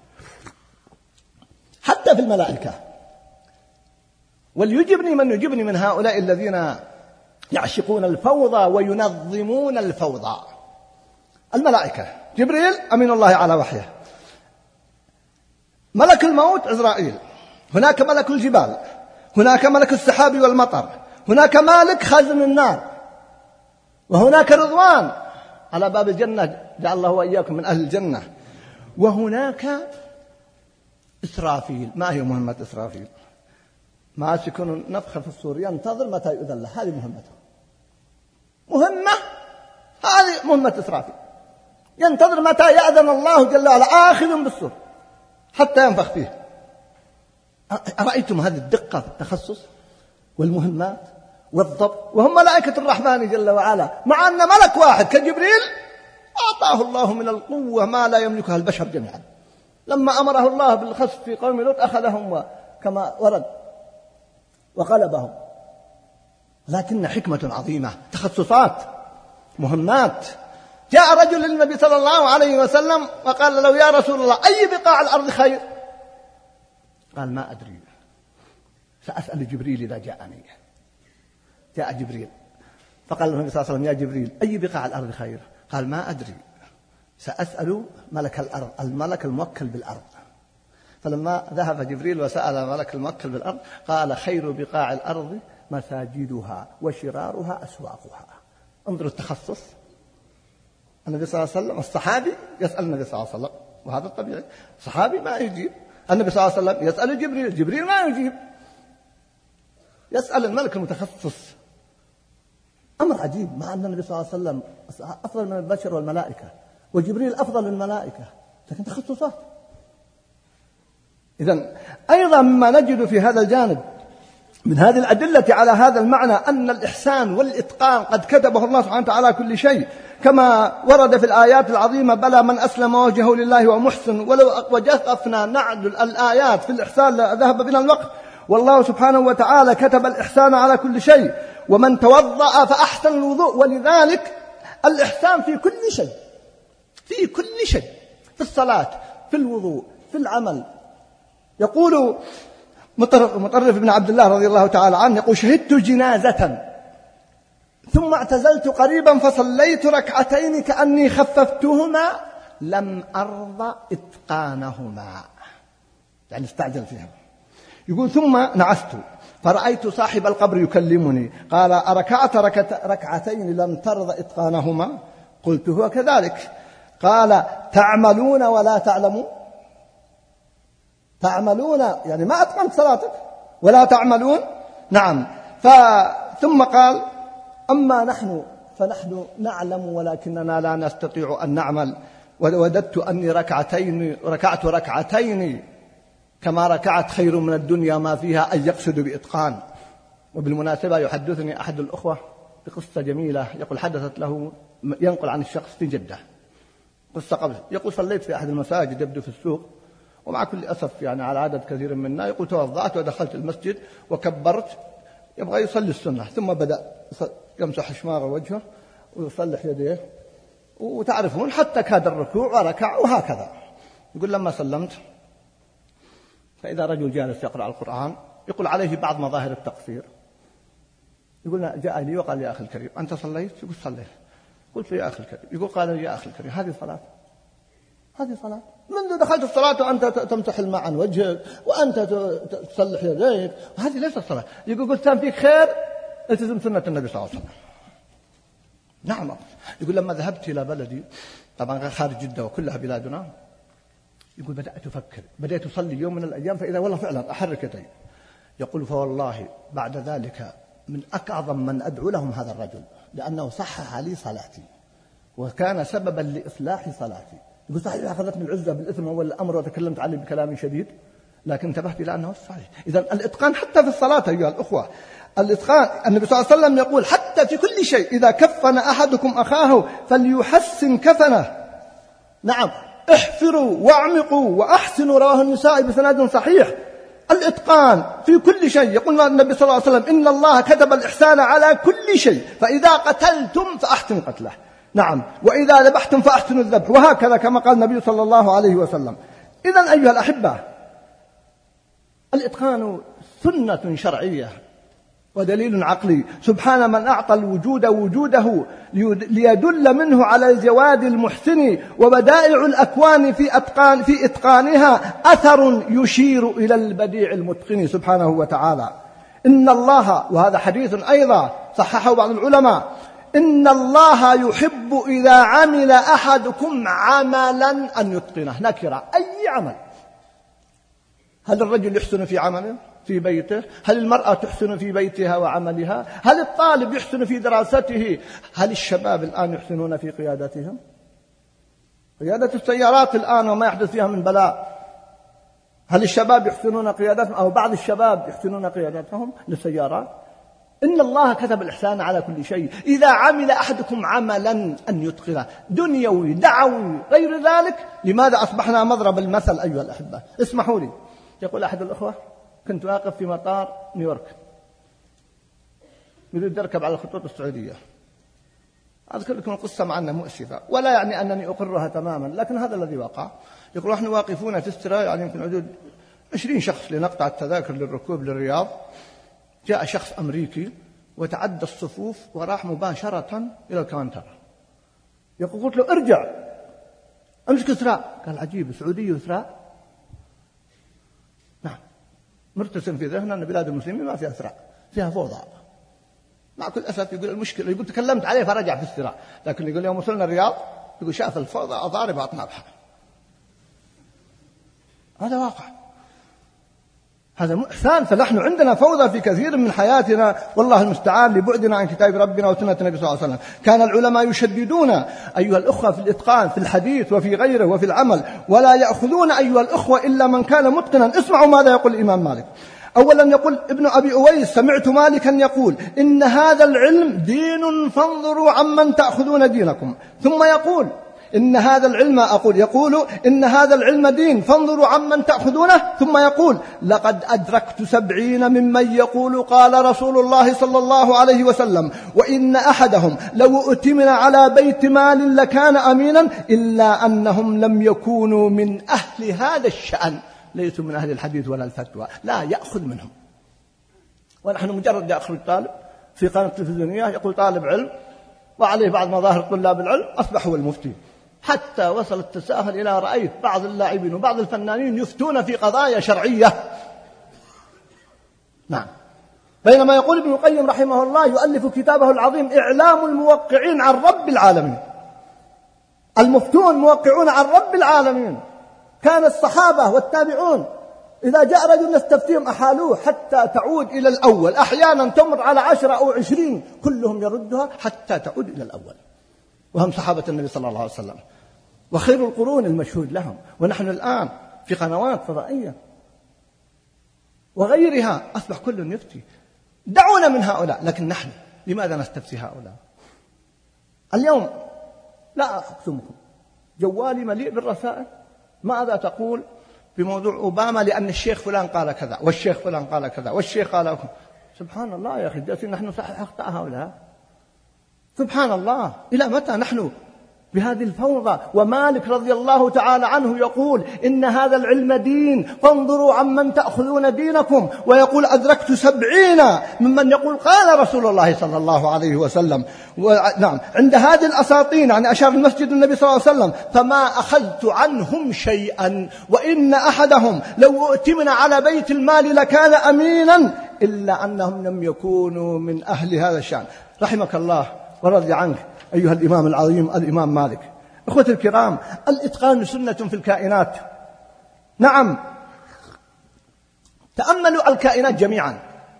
B: حتى في الملائكة. وليجبني من يجبني من هؤلاء الذين يعشقون الفوضى وينظمون الفوضى. الملائكة، جبريل أمين الله على وحيه، ملك الموت عزرائيل، هناك ملك الجبال، هناك ملك السحاب والمطر، هناك مالك خازن النار، وهناك رضوان على باب الجنة، جعل الله وإياكم من أهل الجنة، وهناك إسرافيل. ما هي مهمة إسرافيل؟ ماسك نفخ في الصور، ينتظر متى يؤذن له، هذه مهمته. مهمة هذه مهمة إسرافيل، ينتظر متى يأذن الله جل وعلا، آخذ بالصور حتى ينفخ فيه. أرأيتم هذه الدقة في التخصص والمهمات؟ والضبط، وهم ملائكة الرحمن جل وعلا، مع أن ملك واحد كجبريل أعطاه الله من القوة ما لا يملكها البشر جميعا. لما أمره الله بالخسف في قوم لوط أخذهم كما ورد وقلبهم. لكن حكمة عظيمة، تخصصات، مهمات. جاء رجل للنبي صلى الله عليه وسلم وقال له: يا رسول الله، أي بقاع الأرض خير؟ قال: ما أدري، سأسأل جبريل إذا جاءني. جاء جبريل فقال النبي صلى الله عليه وسلم: يا جبريل، أي بقاع الأرض خير؟ قال: ما أدري، سأسأل ملك الأرض، الملك الموكل بالأرض. فلما ذهب جبريل وسأل ملك الموكل بالأرض قال: خير بقاع الأرض مساجدها وشرارها أسواقها. انظروا التخصص. النبي صلى الله عليه وسلم، الصحابي يسأل النبي صلى الله عليه وسلم، وهذا الطبيعي، صحابي ما يجيب. النبي صلى الله عليه وسلم يسأل جبريل، جبريل ما يجيب، يسأل الملك المتخصص. أمر عجيب، مع أن النبي صلى الله عليه وسلم أفضل من البشر والملائكة، وجبريل أفضل من الملائكة، لكن تخصصات. إذن أيضا مما نجد في هذا الجانب من هذه الأدلة على هذا المعنى أن الإحسان والإتقان قد كتبه الله سبحانه وتعالى كل شيء، كما ورد في الآيات العظيمة: بلى من أسلم وجهه لله ومحسن. ولو وجفنا نعدل الآيات في الإحسان لذهب بنا الوقت، والله سبحانه وتعالى كتب الإحسان على كل شيء. ومن توضأ فأحسن الوضوء. ولذلك الإحسان في كل شيء، في كل شيء، في الصلاة، في الوضوء، في العمل. يقول مطرف بن عبد الله رضي الله تعالى عنه، يقول: شهدت جنازة ثم اعتزلت قريبا فصليت ركعتين كأني خففتهما لم أرض إتقانهما، يعني استعجل فيها. يقول: ثم نعست فرأيت صاحب القبر يكلمني، قال: أركعت ركعتين لم ترض إتقانهما؟ قلت: هو كذلك. قال: تعملون ولا تعلمون؟ تعملون يعني ما أتقنت صلاتك، ولا تعملون. نعم. ثم قال: أما نحن فنحن نعلم ولكننا لا نستطيع أن نعمل. ووددت أني ركعتين ركعت ركعتين كما ركعت خير من الدنيا ما فيها، أن يقصد بإتقان. وبالمناسبة يحدثني أحد الأخوة بقصة جميلة، يقول: حدثت له، ينقل عن الشخص في جدة قصة قبل، يقول: صليت في أحد المساجد يبدو في السوق، ومع كل أسف يعني على عدد كثير منا، يقول: توضأت ودخلت المسجد وكبرت، يبغى يصلي السنة، ثم بدأ يمسح شماغ وجهه ويصلح يديه، وتعرفون حتى كاد الركوع وركع وهكذا. يقول: لما سلمت فإذا رجل جالس يقرأ القرآن، يقول: عليه بعض مظاهر التقصير. يقول: جاء لي وقال: يا أخي الكريم، أنت صليت؟ يقول: صليت. قلت: يا أخي الكريم. يقول: قال لي: يا أخي الكريم، هذه صلاة؟ هذه صلاة؟ منذ دخلت الصلاة وأنت تمسح الماء عن وجهك وأنت تصلح يديك، وهذه ليست صلاة. يقول: قلت: كان فيك خير التزم سنة النبي صلى الله عليه وسلم. نعم. يقول: لما ذهبت إلى بلدي، طبعا خارج جدة وكلها بلادنا، يقول: بدأت أفكر، بدأت أصلي يوم من الأيام فإذا والله فعلا أحرك يدي. يقول: فوالله بعد ذلك من أعظم من أدعو لهم هذا الرجل، لأنه صحح لي صلاتي وكان سببا لإصلاح صلاتي. يقول: صحيح أخذتني العزة بالإثم أول الأمر وتكلمت عليه بكلام شديد، لكن انتبهت إلى أنه صحيح. إذن الإتقان حتى في الصلاة أيها الأخوة، الإتقان. النبي صلى الله عليه وسلم يقول: حتى في كل شيء، إذا كفن أحدكم أخاه فليحسن كفنه. نعم. احفروا واعمقوا وأحسنوا، رواه النسائي بسند صحيح. الإتقان في كل شيء. يقول النبي صلى الله عليه وسلم: إن الله كتب الإحسان على كل شيء، فإذا قتلتم فأحسنوا قتله. نعم. وإذا ذبحتم فأحسنوا الذبح، وهكذا كما قال النبي صلى الله عليه وسلم. إذن أيها الأحبة، الإتقان سنة شرعية ودليل عقلي. سبحان من أعطى الوجود وجوده ليدل منه على الجواد المحسن، وبدائع الأكوان في أتقان في إتقانها أثر يشير إلى البديع المتقن سبحانه وتعالى. إن الله، وهذا حديث أيضا صححه بعض العلماء، إن الله يحب إذا عمل أحدكم عملا أن يتقنه. نكرة، أي عمل. هل الرجل يحسن في عمله في بيته؟ هل المرأة تحسن في بيتها وعملها؟ هل الطالب يحسن في دراسته؟ هل الشباب الآن يحسنون في قيادتهم؟ قيادة السيارات الآن وما يحدث فيها من بلاء، هل الشباب يحسنون قيادتهم أو بعض الشباب يحسنون قيادتهم للسيارات؟ إن الله كتب الإحسان على كل شيء. إذا عمل أحدكم عملا أن يتقنه، دنيوي دعوي غير ذلك. لماذا أصبحنا مضرب المثل أيها الأحبة؟ اسمحوا لي، يقول أحد الأخوة: كنت واقف في مطار نيويورك يريد يركب على الخطوط السعودية. أذكر لكم القصة مع أنها مؤسفة ولا يعني أنني أقرها تماما، لكن هذا الذي وقع. يقول: نحن واقفون في استراء، يعني يمكن حدود عشرين شخص لنقطع التذاكر للركوب للرياض. جاء شخص أمريكي وتعدى الصفوف وراح مباشرة إلى الكاونتر. يقول: قلت له: ارجع امسك إسراء. قال: عجيب، سعودي إسراء؟ نعم، مرتسم في ذهننا أن بلاد المسلمين ما فيها إسراء، فيها فوضى. مع كل أسف يقول المشكلة، يقول تكلمت عليه فرجع في السراء، لكن يقول يوم وصلنا الرياض يقول شاف الفوضى أضارب أطنابها. هذا واقع، هذا إحسان. فنحن عندنا فوضى في كثير من حياتنا، والله المستعان، لبعدنا عن كتاب ربنا وسنة النبي صلى الله عليه وسلم. كان العلماء يشددون أيها الأخوة في الإتقان في الحديث وفي غيره وفي العمل، ولا يأخذون أيها الأخوة إلا من كان متقنا. اسمعوا ماذا يقول الإمام مالك. أولا يقول ابن أبي أويس: سمعت مالكا يقول إن هذا العلم دين فانظروا عمن تأخذون دينكم. ثم يقول إن هذا العلم أقول يقول إن هذا العلم دين فانظروا عمن تأخذونه. ثم يقول: لقد أدركت سبعين ممن يقول قال رسول الله صلى الله عليه وسلم، وإن أحدهم لو أؤتمن على بيت مال لكان أمينا، إلا أنهم لم يكونوا من أهل هذا الشأن، ليسوا من أهل الحديث ولا الفتوى، لا يأخذ منهم. ونحن مجرد يأخذ طالب في قناة تلفزيونية يقول طالب علم وعليه بعض مظاهر طلاب العلم، أصبح هو المفتي. حتى وصل التساهل إلى رأيت بعض اللاعبين وبعض الفنانين يفتون في قضايا شرعية. نعم. بينما يقول ابن القيم رحمه الله يؤلف كتابه العظيم إعلام الموقعين عن رب العالمين. المفتون موقعون عن رب العالمين. كان الصحابة والتابعون إذا جاء رجل يستفتيهم أحالوه حتى تعود إلى الأول، أحيانا تمر على عشرة أو عشرين كلهم يردها حتى تعود إلى الأول، وهم صحابة النبي صلى الله عليه وسلم وخير القرون المشهود لهم. ونحن الآن في قنوات فضائية وغيرها أصبح كل يفتي. دعونا من هؤلاء، لكن نحن لماذا نستفتي هؤلاء؟ اليوم لا أقسمكم جوالي مليء بالرسائل. ماذا تقول بموضوع أوباما؟ لأن الشيخ فلان قال كذا والشيخ فلان قال كذا والشيخ قال كذا. سبحان الله يا أخي، جالسين نحن نصحح أخطاء هؤلاء. سبحان الله، إلى متى نحن بهذه الفوضى؟ ومالك رضي الله تعالى عنه يقول إن هذا العلم دين فانظروا عمن تأخذون دينكم. ويقول أدركت سبعين ممن يقول قال رسول الله صلى الله عليه وسلم. نعم، عند هذه الأساطين يعني أشار المسجد النبي صلى الله عليه وسلم: فما أخذت عنهم شيئا، وإن أحدهم لو أؤتمن على بيت المال لكان أمينا، إلا أنهم لم يكونوا من أهل هذا الشأن. رحمك الله ورضي عنك أيها الإمام العظيم الإمام مالك. إخوتي الكرام، الإتقان سنة في الكائنات. نعم، تأملوا الكائنات جميعا،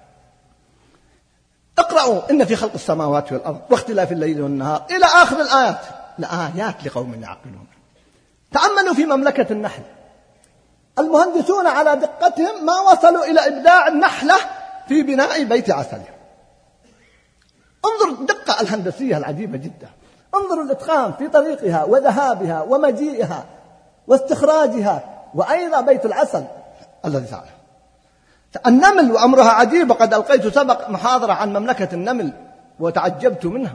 B: اقرأوا إن في خلق السماوات والأرض واختلاف الليل والنهار إلى آخر الآيات، لآيات لقوم يعقلون. تأملوا في مملكة النحل، المهندسون على دقتهم ما وصلوا إلى إبداع النحلة في بناء بيت عسل. انظر الدقة الهندسية العجيبة جدا، انظر الإتقان في طريقها وذهابها ومجيئها واستخراجها، وأيضا بيت العسل الذي فعله. النمل وأمرها عجيب، وقد ألقيت سبق محاضرة عن مملكة النمل وتعجبت منها.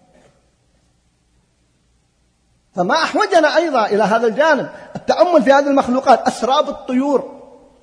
B: فما أحوجنا أيضا إلى هذا الجانب، التأمل في هذه المخلوقات. أسراب الطيور،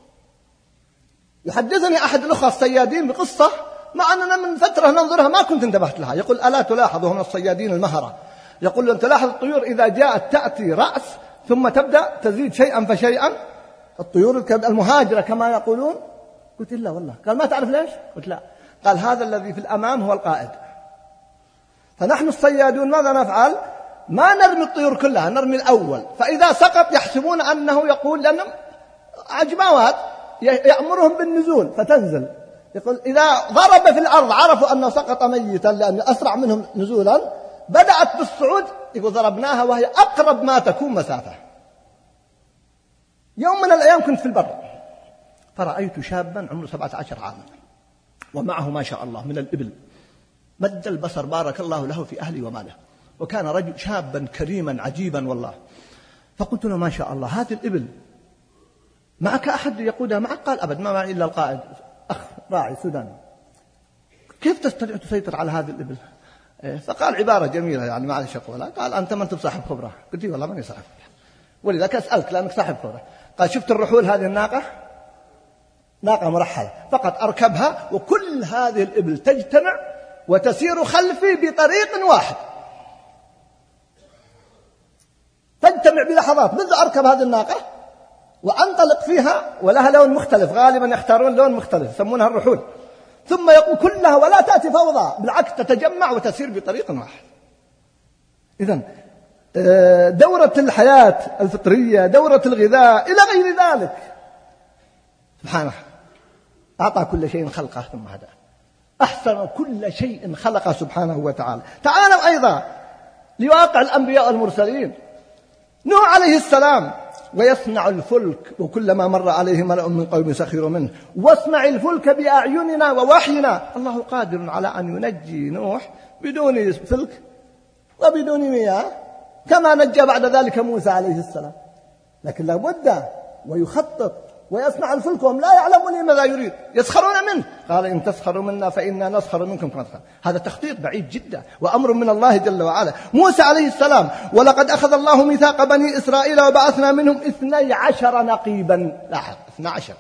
B: يحدثني أحد الأخوة الصيادين بقصة مع أننا من فترة ننظرها ما كنت انتبهت لها. يقول: ألا تلاحظ، وهم الصيادين المهرة، يقول: أن تلاحظ الطيور إذا جاءت تأتي رأس ثم تبدأ تزيد شيئا فشيئا، الطيور المهاجرة كما يقولون. قلت: لا والله. قال: ما تعرف ليش؟ قلت: لا. قال: هذا الذي في الأمام هو القائد. فنحن الصيادون ماذا نفعل؟ ما نرمي الطيور كلها، نرمي الأول، فإذا سقط يحسبون أنه يقول، لأنهم عجماوات يأمرهم بالنزول فتنزل. يقول: إذا ضرب في الأرض عرفوا أنه سقط ميتا لأن أسرع منهم نزولا، بدأت بالصعود. يقول: ضربناها وهي أقرب ما تكون مسافة. يوم من الأيام كنت في البر فرأيت شابا عمره سبعة عشر عاما ومعه ما شاء الله من الإبل مد البصر بارك الله له في أهله وماله، وكان رجل شابا كريما عجيبا والله. فقلت له ما شاء الله هذه الإبل معك أحد يقودها معك؟ قال أبد ما معي إلا القائد أخ راعي سوداني. كيف تستطيع تسيطر على هذه الإبل؟ فقال عبارة جميلة يعني ما عادش أقولها، قال أنت ما أنت بصاحب خبرة. قلت والله ماني صاحب خبرة، ولذلك أسألك لأنك صاحب خبرة. قال شفت الرحول هذه الناقة ناقة مرحلة فقط أركبها وكل هذه الإبل تجتمع وتسير خلفي بطريق واحد، تجتمع بلحظات منذ أركب هذه الناقة وأنطلق فيها، ولها لون مختلف غالبا يختارون لون مختلف يسمونها الرحول، ثم يقول كلها ولا تأتي فوضى، بالعكس تتجمع وتسير بطريق واحد. إذن دورة الحياة الفطرية، دورة الغذاء إلى غير ذلك، سبحانه أعطى كل شيء خلقه ثم هداه، أحسن كل شيء خلقه سبحانه وتعالى. تعالوا أيضا لواقع الأنبياء والمرسلين. نوح عليه السلام ويصنع الفلك وكلما مر عليه ملأ من قوم سخروا منه، واصنع الفلك بأعيننا ووحينا. الله قادر على أن ينجي نوح بدون فلك وبدون مياه كما نجى بعد ذلك موسى عليه السلام، لكن لابد ويخطط ويصنع الفلك وهم لا يعلمون ماذا يريد، يسخرون منه. قال إن تسخروا منا فإنا نسخر منكم كما تسخرون. هذا تخطيط بعيد جدا وأمر من الله جل وعلا. موسى عليه السلام ولقد أخذ الله ميثاق بني إسرائيل وبعثنا منهم اثني عشر نقيبا، لاحظ اثني عشر.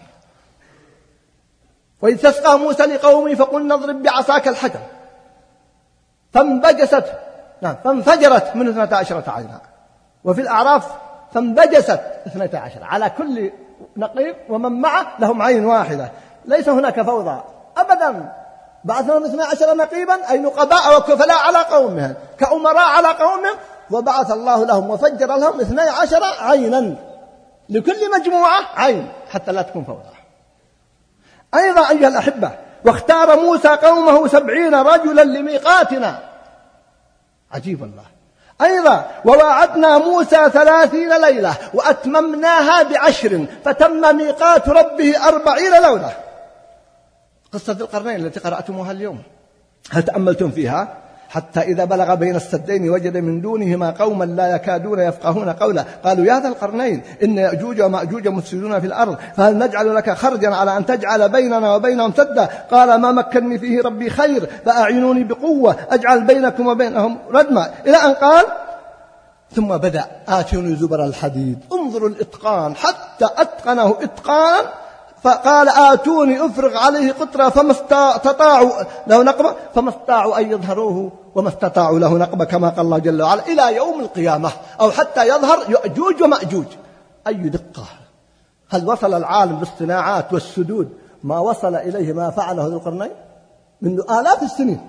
B: وإذ تسقى موسى لقومه فقلنا اضرب بعصاك الحجر فانبجست نعم فانفجرت من اثنتا عشرة عينا. وفي الأعراف فانبجست اثنتا عشر، على كل نقيب ومن معه لهم عين واحدة، ليس هناك فوضى أبدا. بعثهم اثني عشر نقيبا أي نقباء وكفلاء على قومهم كأمراء على قومهم، وبعث الله لهم وفجر لهم اثني عشر عينا، لكل مجموعة عين حتى لا تكون فوضى. أيضا أيها الأحبة واختار موسى قومه سبعين رجلا لميقاتنا، عجيب الله. أيضا وواعدنا موسى ثلاثين ليلة وأتممناها بعشر فتم ميقات ربه أربعين ليلة. قصة ذي القرنين التي قرأتموها اليوم هل تأملتم فيها؟ حتى إذا بلغ بين السدين وجد من دونهما قوما لا يكادون يفقهون قولا قالوا يا ذا القرنين إن يأجوج ومأجوج مفسدون في الأرض فهل نجعل لك خرجا على أن تجعل بيننا وبينهم سدا؟ قال ما مكنني فيه ربي خير فأعينوني بقوة أجعل بينكم وبينهم ردما، إلى أن قال ثم بدأ آتوني زبر الحديد. انظروا الإتقان حتى أتقنه إتقان، فقال آتوني أفرغ عليه قطرة فما استطاعوا له نقبة فما استطاعوا أن يظهروه وما استطاعوا له نقبة كما قال الله جل وعلا إلى يوم القيامة، أو حتى يظهر يأجوج ومأجوج. أي دقة! هل وصل العالم بالصناعات والسدود ما وصل إليه ما فعله ذو القرنين منذ آلاف السنين؟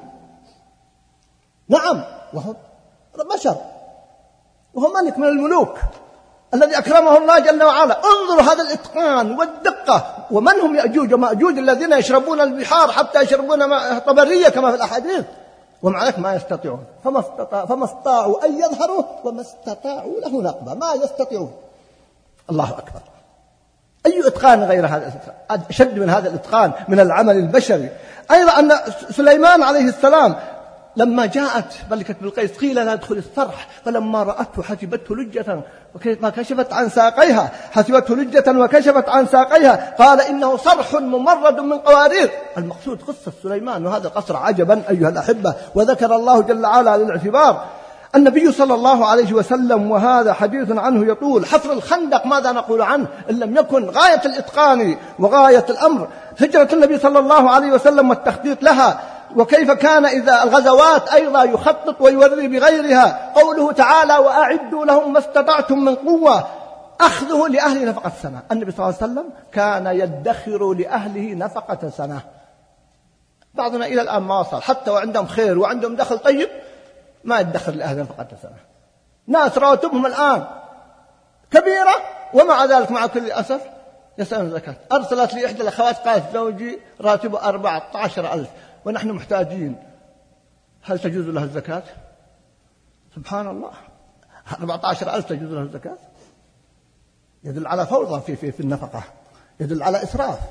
B: نعم، وهم بشر وهو ملك من الملوك الذي أكرمه الله جل وعلا. انظروا هذا الإتقان والدقة. ومن هم يأجوج ومأجوج الذين يشربون البحار حتى يشربون ماء طبرية كما في الأحاديث، ومع ذلك ما يستطيعون، فما استطاع فما استطاعوا أن يظهروا وما استطاعوا له نقبة، ما يستطيعون. الله أكبر! أي إتقان غير هذا، أشد من هذا الإتقان من العمل البشري. أيضا أن سليمان عليه السلام لما جاءت ملكة بلقيس قيل لا تدخل الصرح، فلما رأته حسبته لجة وكشفت عن ساقيها حسبته لجة وكشفت عن ساقيها قال إنه صرح ممرد من قوارير. المقصود قصة سليمان وهذا القصر عجبا أيها الأحبة. وذكر الله جل وعلا للاعتبار النبي صلى الله عليه وسلم، وهذا حديث عنه يطول. حفر الخندق ماذا نقول عنه إن لم يكن غاية الإتقان وغاية الأمر؟ هجرة النبي صلى الله عليه وسلم والتخطيط لها، وكيف كان إذا الغزوات أيضا يخطط ويوري بغيرها. قوله تعالى وأعدوا لهم ما استطعتم من قوة، أخذه لأهل نفقة سنة. النبي صلى الله عليه وسلم كان يدخر لأهله نفقة سنة. بعضنا إلى الآن ما وصل، حتى وعندهم خير وعندهم دخل طيب ما يدخر لأهل نفقة سنة. ناس رواتبهم الآن كبيرة ومع ذلك مع كل أسف يسألون الزكاة. أرسلت لي إحدى الأخوات قالت زوجي راتبه أربعة عشر ألف ونحن محتاجين، هل تجوز له الزكاة؟ سبحان الله، أربعة عشر ألف تجوز له الزكاة؟ يدل على فوضى في, في, في النفقة، يدل على إسراف.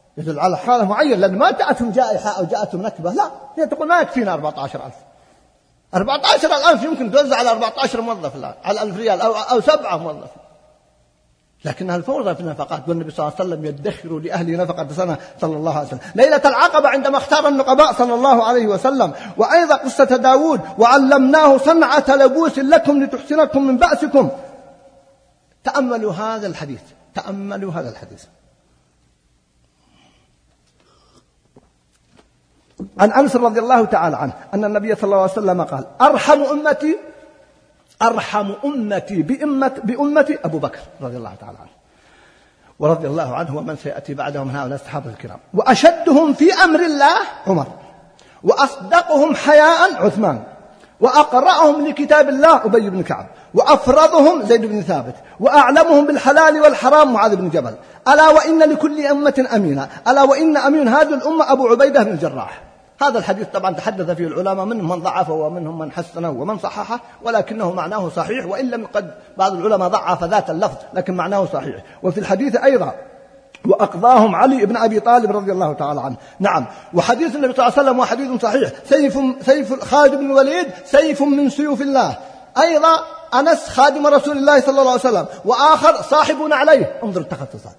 B: يدل على حالة معينة، لأن ما جاءتهم جائحة أو جاءتهم نكبة، لا، هي تقول ما يكفينا أربعة عشر ألف. أربعة عشر ألف يمكن توزع على أربعة عشر موظف الآن، على ألف ريال أو, أو سبعة موظف، لكنها الفوضى في النفقات. والنبي صلى الله عليه وسلم يدخر لأهله نفقة سنة صلى الله عليه وسلم. ليلة العقبة عندما اختار النقباء صلى الله عليه وسلم. وأيضا قصة داود: وعلمناه صنعة لبوس لكم لتحسنكم من بأسكم. تأملوا هذا الحديث، تأملوا هذا الحديث. عن أنس رضي الله تعالى عنه أن النبي صلى الله عليه وسلم قال: أرحم أمتي أرحم أمتي بأمة بأمتي أبو بكر رضي الله تعالى عنه ورضي الله عنه ومن سيأتي بعده من هؤلاء الصحابة الكرام. وأشدهم في أمر الله عمر، وأصدقهم حياء عثمان، وأقرأهم لكتاب الله أبي بن كعب، وأفرضهم زيد بن ثابت، وأعلمهم بالحلال والحرام معاذ بن جبل. ألا وإن لكل أمة أمينا، ألا وإن أمين هذه الأمة أبو عبيدة بن الجراح. هذا الحديث طبعا تحدث فيه العلماء، منهم من ضعفه ومنهم من حسنه ومن صححه، ولكنه معناه صحيح، وإن لم قد بعض العلماء ضعف ذات اللفظ، لكن معناه صحيح. وفي الحديث أيضا: وأقضاهم علي بن أبي طالب رضي الله تعالى عنه. نعم، وحديث النبي صلى الله عليه وسلم وحديث صحيح: سيف سيف خالد بن الوليد سيف من سيوف الله. أيضا أنس خادم رسول الله صلى الله عليه وسلم، وآخر صاحبنا عليه. انظر التخصصات،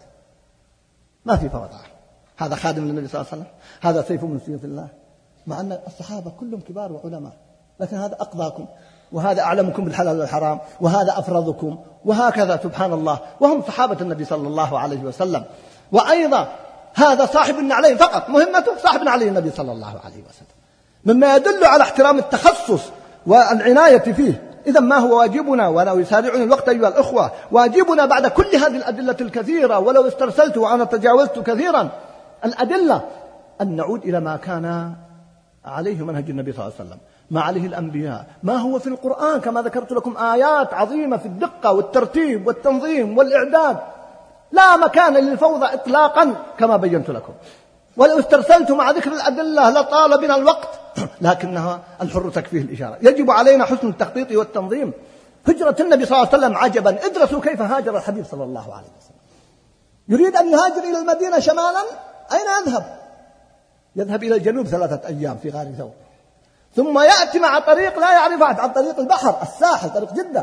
B: ما في فرق. هذا خادم للنبي صلى الله عليه وسلم، هذا سيف من سيوف الله، مع أن الصحابة كلهم كبار وعلماء، لكن هذا أقضاكم، وهذا أعلمكم بالحلال والحرام، وهذا أفرضكم، وهكذا سبحان الله، وهم صحابة النبي صلى الله عليه وسلم. وأيضا هذا صاحب النعلين فقط، مهمته صاحب عليه النبي صلى الله عليه وسلم، مما يدل على احترام التخصص والعناية فيه. إذا ما هو واجبنا، ولو يسارعنا الوقت أيها الأخوة، واجبنا بعد كل هذه الأدلة الكثيرة، ولو استرسلت وأنا تجاوزت كثيرا الأدلة، أن نعود إلى ما كان عليه منهج النبي صلى الله عليه وسلم، ما عليه الأنبياء، ما هو في القرآن، كما ذكرت لكم آيات عظيمة في الدقة والترتيب والتنظيم والإعداد. لا مكان للفوضى إطلاقا كما بينت لكم. ولو استرسلت مع ذكر الأدلة لطال بنا الوقت، لكنها الحر تكفيه الإشارة. يجب علينا حسن التخطيط والتنظيم. هجرة النبي صلى الله عليه وسلم عجبا، ادرسوا كيف هاجر الحبيب صلى الله عليه وسلم. يريد أن يهاجر إلى المدينة شمالا، أين يذهب؟ يذهب إلى الجنوب ثلاثة أيام في غار ثور، ثم يأتي مع طريق لا يعرفه عن طريق البحر الساحل، طريق جدة،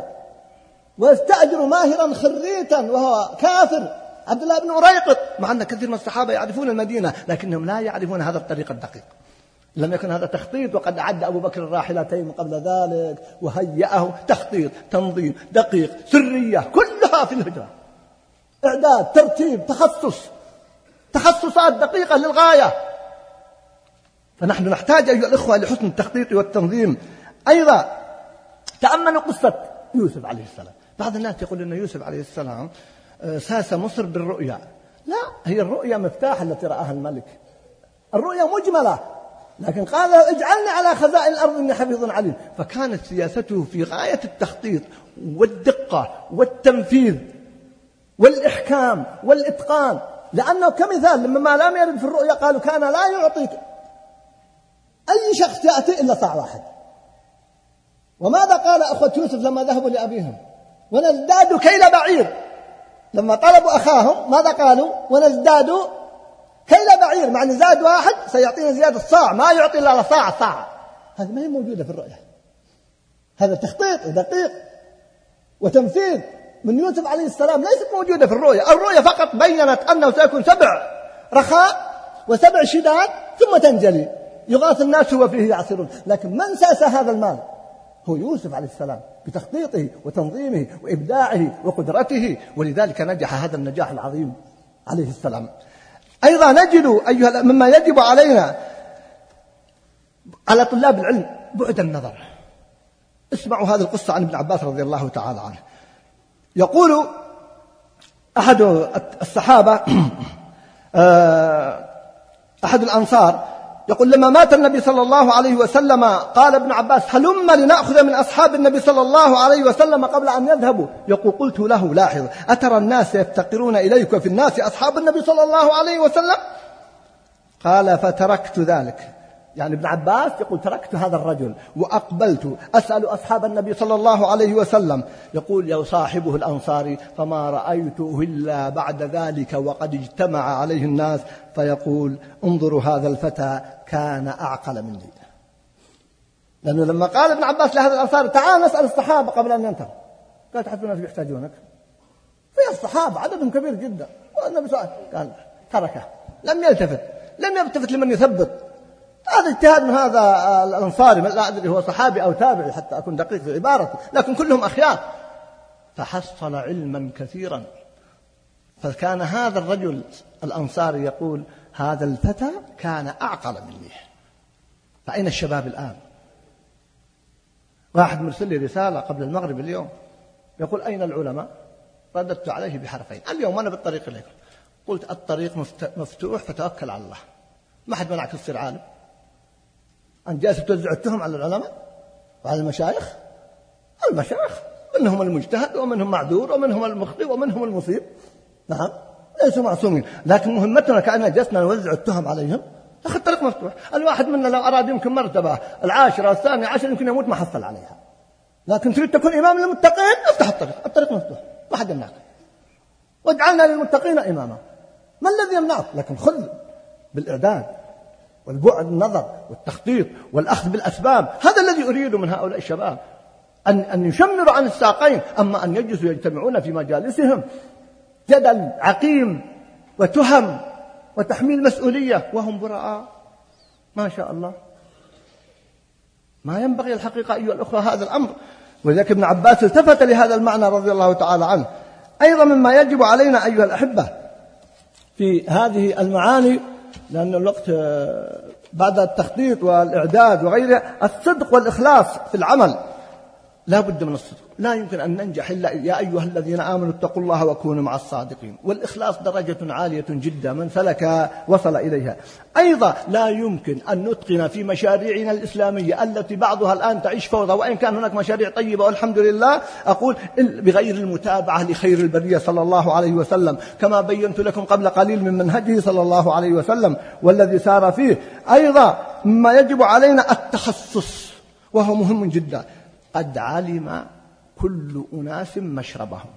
B: ويستأجر ماهرا خريتا وهو كافر عبد الله بن أريقط، مع أن كثير من الصحابة يعرفون المدينة لكنهم لا يعرفون هذا الطريق الدقيق. لم يكن هذا تخطيط، وقد أعد أبو بكر الراحلتين قبل ذلك وهيأه تخطيط، تنظيم دقيق، سرية، كلها في الهجرة، إعداد، ترتيب، تخصص، تخصصات دقيقة للغاية. فنحن نحتاج أيها الإخوة لحسن التخطيط والتنظيم. أيضا تأملوا قصة يوسف عليه السلام. بعض الناس يقول أن يوسف عليه السلام ساس مصر بالرؤيا. لا، هي الرؤيا مفتاح التي رآها الملك، الرؤيا مجملة، لكن قال اجعلني على خزائن الأرض إني حفيظ عليم. فكانت سياسته في غاية التخطيط والدقة والتنفيذ والإحكام والإتقان. لأنه كمثال لما لم يرد في الرؤيا قالوا كان لا يعطيك أي شخص يأتي إلا صاع واحد. وماذا قال أخوة يوسف لما ذهبوا لأبيهم؟ ونزداد كيل بعير. لما طلبوا أخاهم ماذا قالوا؟ ونزداد كيل بعير، معنى زاد واحد سيعطينا زيادة صاع، ما يعطي إلا صاع صاع. هذه ما هي موجودة في الرؤيا. هذا تخطيط دقيق وتنفيذ من يوسف عليه السلام، ليست موجودة في الرؤيا. الرؤيا فقط بيّنت أنه سيكون سبع رخاء وسبع شداد ثم تنجلي، يغاث الناس وفيه يعصرون. لكن من ساس هذا المال هو يوسف عليه السلام بتخطيطه وتنظيمه وإبداعه وقدرته، ولذلك نجح هذا النجاح العظيم عليه السلام. أيضا نجد أيها مما يجب علينا على طلاب العلم بعد النظر. اسمعوا هذه القصة عن ابن عباس رضي الله تعالى عنه. يقول أحد الصحابة أحد الأنصار يقول لما مات النبي صلى الله عليه وسلم قال ابن عباس هلم لنأخذ من أصحاب النبي صلى الله عليه وسلم قبل أن يذهبوا. يقول قلت له لاحظ أترى الناس يفتقرون إليك وفي الناس أصحاب النبي صلى الله عليه وسلم؟ قال فتركت ذلك. يعني ابن عباس يقول تركت هذا الرجل وأقبلت أسأل أصحاب النبي صلى الله عليه وسلم، يقول يا صاحبه الأنصاري فما رأيته إلا بعد ذلك وقد اجتمع عليه الناس، فيقول انظروا هذا الفتى كان أعقل مني. لأنه لما قال ابن عباس لهذا الأنصاري تعال نسأل الصحابة قبل أن ينتهوا، قال تحسب الناس يحتاجونك، في الصحابة عددهم كبير جدا، والنبي صلى الله عليه وسلم قال تركه، لم يلتفت لم يلتفت لمن يثبت. هذا اجتهاد من هذا الأنصاري، لا أدري هو صحابي أو تابعي حتى أكون دقيق في عبارتي، لكن كلهم أخيار، فحصل علما كثيرا. فكان هذا الرجل الأنصاري يقول هذا الفتى كان أعقل مني. فأين الشباب الآن؟ واحد مرسل لي رسالة قبل المغرب اليوم يقول أين العلماء؟ رددت عليه بحرفين، اليوم أنا بالطريق إليكم، قلت الطريق مفتوح فتوكل على الله، ما حد منعك تصير عالم. أنت جالس توزع التهم على العلماء وعلى المشايخ؟ المشايخ منهم المجتهد ومنهم معذور ومنهم المخطئ ومنهم المصيب، نعم ليسوا معصومين، لكن مهمتنا كأننا جلسنا نوزع التهم عليهم. أخي الطريق مفتوح، الواحد منا لو أراد يمكن مرتبة العاشرة الثانية عشر يمكن يموت ما حصل عليها، لكن تريد تكون إمام للمتقين افتح الطريق، الطريق مفتوح ما حد يمنعك، واجعلنا للمتقين إماما، ما الذي يمنعك؟ لكن خذ بالإعداد والبعد النظر والتخطيط والأخذ بالأسباب، هذا الذي أريد من هؤلاء الشباب، أن أن يشمروا عن الساقين، أما أن يجلسوا يجتمعون في مجالسهم جدل عقيم وتهم وتحميل مسؤولية وهم براء، ما شاء الله ما ينبغي الحقيقة أيها الأخوة هذا الأمر. ولذلك ابن عباس التفت لهذا المعنى رضي الله تعالى عنه. أيضا مما يجب علينا أيها الأحبة في هذه المعاني، لأن الوقت بعد التخطيط والإعداد وغيره، الصدق والإخلاص في العمل، لا بد من الصدق، لا يمكن أن ننجح إلا يا أيها الذين آمنوا اتقوا الله وكونوا مع الصادقين، والإخلاص درجة عالية جدا من سلك وصل إليها. أيضا لا يمكن أن نتقن في مشاريعنا الإسلامية التي بعضها الآن تعيش فوضى، وإن كان هناك مشاريع طيبة والحمد لله، أقول بغير المتابعة لخير البرية صلى الله عليه وسلم، كما بينت لكم قبل قليل من منهجه صلى الله عليه وسلم والذي سار فيه. أيضا ما يجب علينا التخصص، وهو مهم جدا. قد علم كل أناس مشربهم،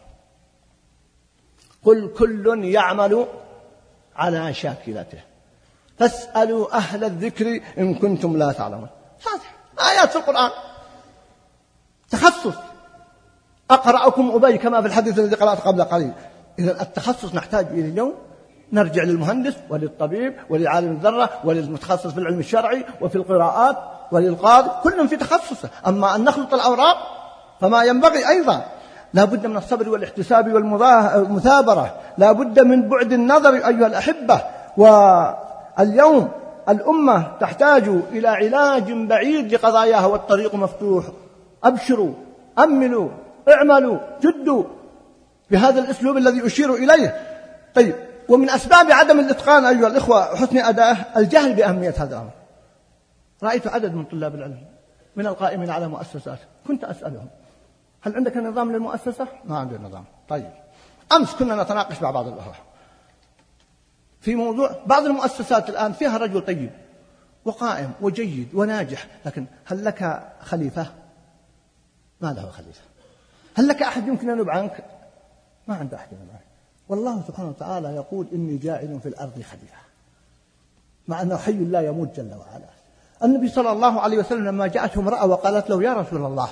B: قل كل يعمل على شاكلته فاسألوا أهل الذكر إن كنتم لا تعلمون. هذه آيات في القرآن، تخصص. أقرأكم أبي كما في الحديث الذي قرأت قبل قليل. إذن التخصص نحتاج إليه اليوم، نرجع للمهندس وللطبيب ولعالم الذرة وللمتخصص في العلم الشرعي وفي القراءات وللقاضي، كلهم في تخصصه. أما أن نخلط الأوراق فما ينبغي. أيضا لا بد من الصبر والاحتساب والمثابرة، لا بد من بعد النظر أيها الأحبة. واليوم الأمة تحتاج إلى علاج بعيد لقضاياها، والطريق مفتوح. أبشروا، أملوا، اعملوا، جدوا بهذا الأسلوب الذي أشير إليه. طيب، ومن أسباب عدم الإتقان أيها الإخوة حسن أدائه الجهل بأهمية هذا الأمر. رأيت عدد من طلاب العلم من القائمين على مؤسسات، كنت أسألهم هل عندك نظام للمؤسسة؟ ما عندي نظام. طيب، أمس كنا نتناقش مع بعض الأخوة في موضوع بعض المؤسسات الآن فيها رجل طيب وقائم وجيد وناجح، لكن هل لك خليفة؟ ما له خليفة. هل لك أحد يمكن أن ينوب عنك؟ ما عنده أحد ينوب عنك. والله سبحانه وتعالى يقول إني جاعل في الأرض خليفة، مع أنه حي لا يموت جل وعلا. النبي صلى الله عليه وسلم لما جاءته امرأة وقالت له يا رسول الله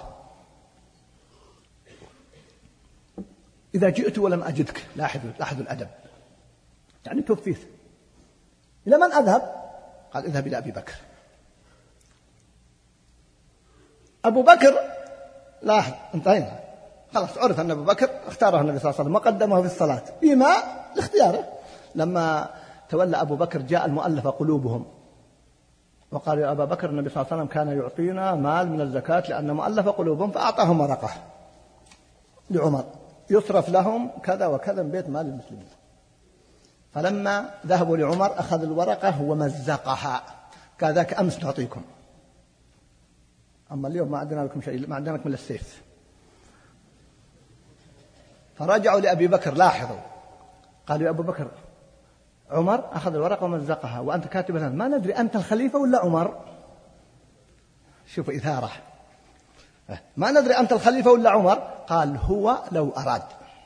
B: إذا جئت ولم أجدك، لاحظوا الأدب، يعني توفيت، إلى من أذهب؟ قال اذهب إلى أبي بكر. أبو بكر لاحظ، انتهينا خلاص، عرف أن أبو بكر اختاره النبي صلى الله عليه وسلم وقدمه في الصلاة بما لاختياره. لما تولى أبو بكر جاء المؤلفة قلوبهم وقال يا أبا بكر النبي صلى الله عليه وسلم كان يعطينا مال من الزكاة لأن مؤلفة قلوبهم، فأعطاهم ورقة لعمر يصرف لهم كذا وكذا من بيت مال المسلمين. فلما ذهبوا لعمر أخذ الورقة ومزقها، كذاك أمس نعطيكم، أما اليوم ما عندنا لكم شيء، ما عندنا لكم إلا السيف. فرجعوا لأبي بكر، لاحظوا، قالوا يا أبو بكر عمر أخذ الورقة ومزقها وأنت كاتب لنا، ما ندري أنت الخليفة ولا عمر؟ شوف إثارة، ما ندري أنت الخليفة ولا عمر؟ قال هو لو أراد،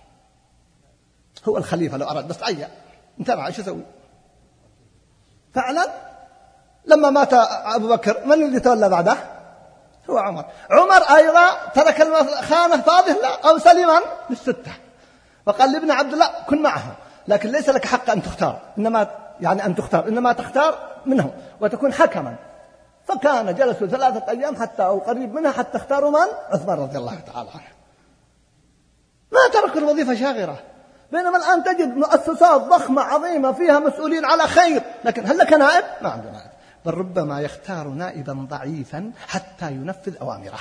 B: هو الخليفة لو أراد، بس عيا انت معه ايش اسوي؟ فعلا لما مات أبو بكر من الذي تولى بعده؟ هو عمر. عمر أيضا ترك الخانة فاضلة أو سليما للستة، وقال لابن عبد الله كن معه، لكن ليس لك حق أن تختار، إنما يعني أن تختار إنما تختار منهم وتكون حكما. فكان جلسوا ثلاثة أيام حتى أو قريب منها حتى اختاروا من؟ عثمان رضي الله تعالى عنه. ما تركوا الوظيفة شاغرة، بينما الآن تجد مؤسسات ضخمة عظيمة فيها مسؤولين على خير، لكن هل لك نائب؟ ما عنده نائب، بل ربما يختار نائبا ضعيفا حتى ينفذ أوامره.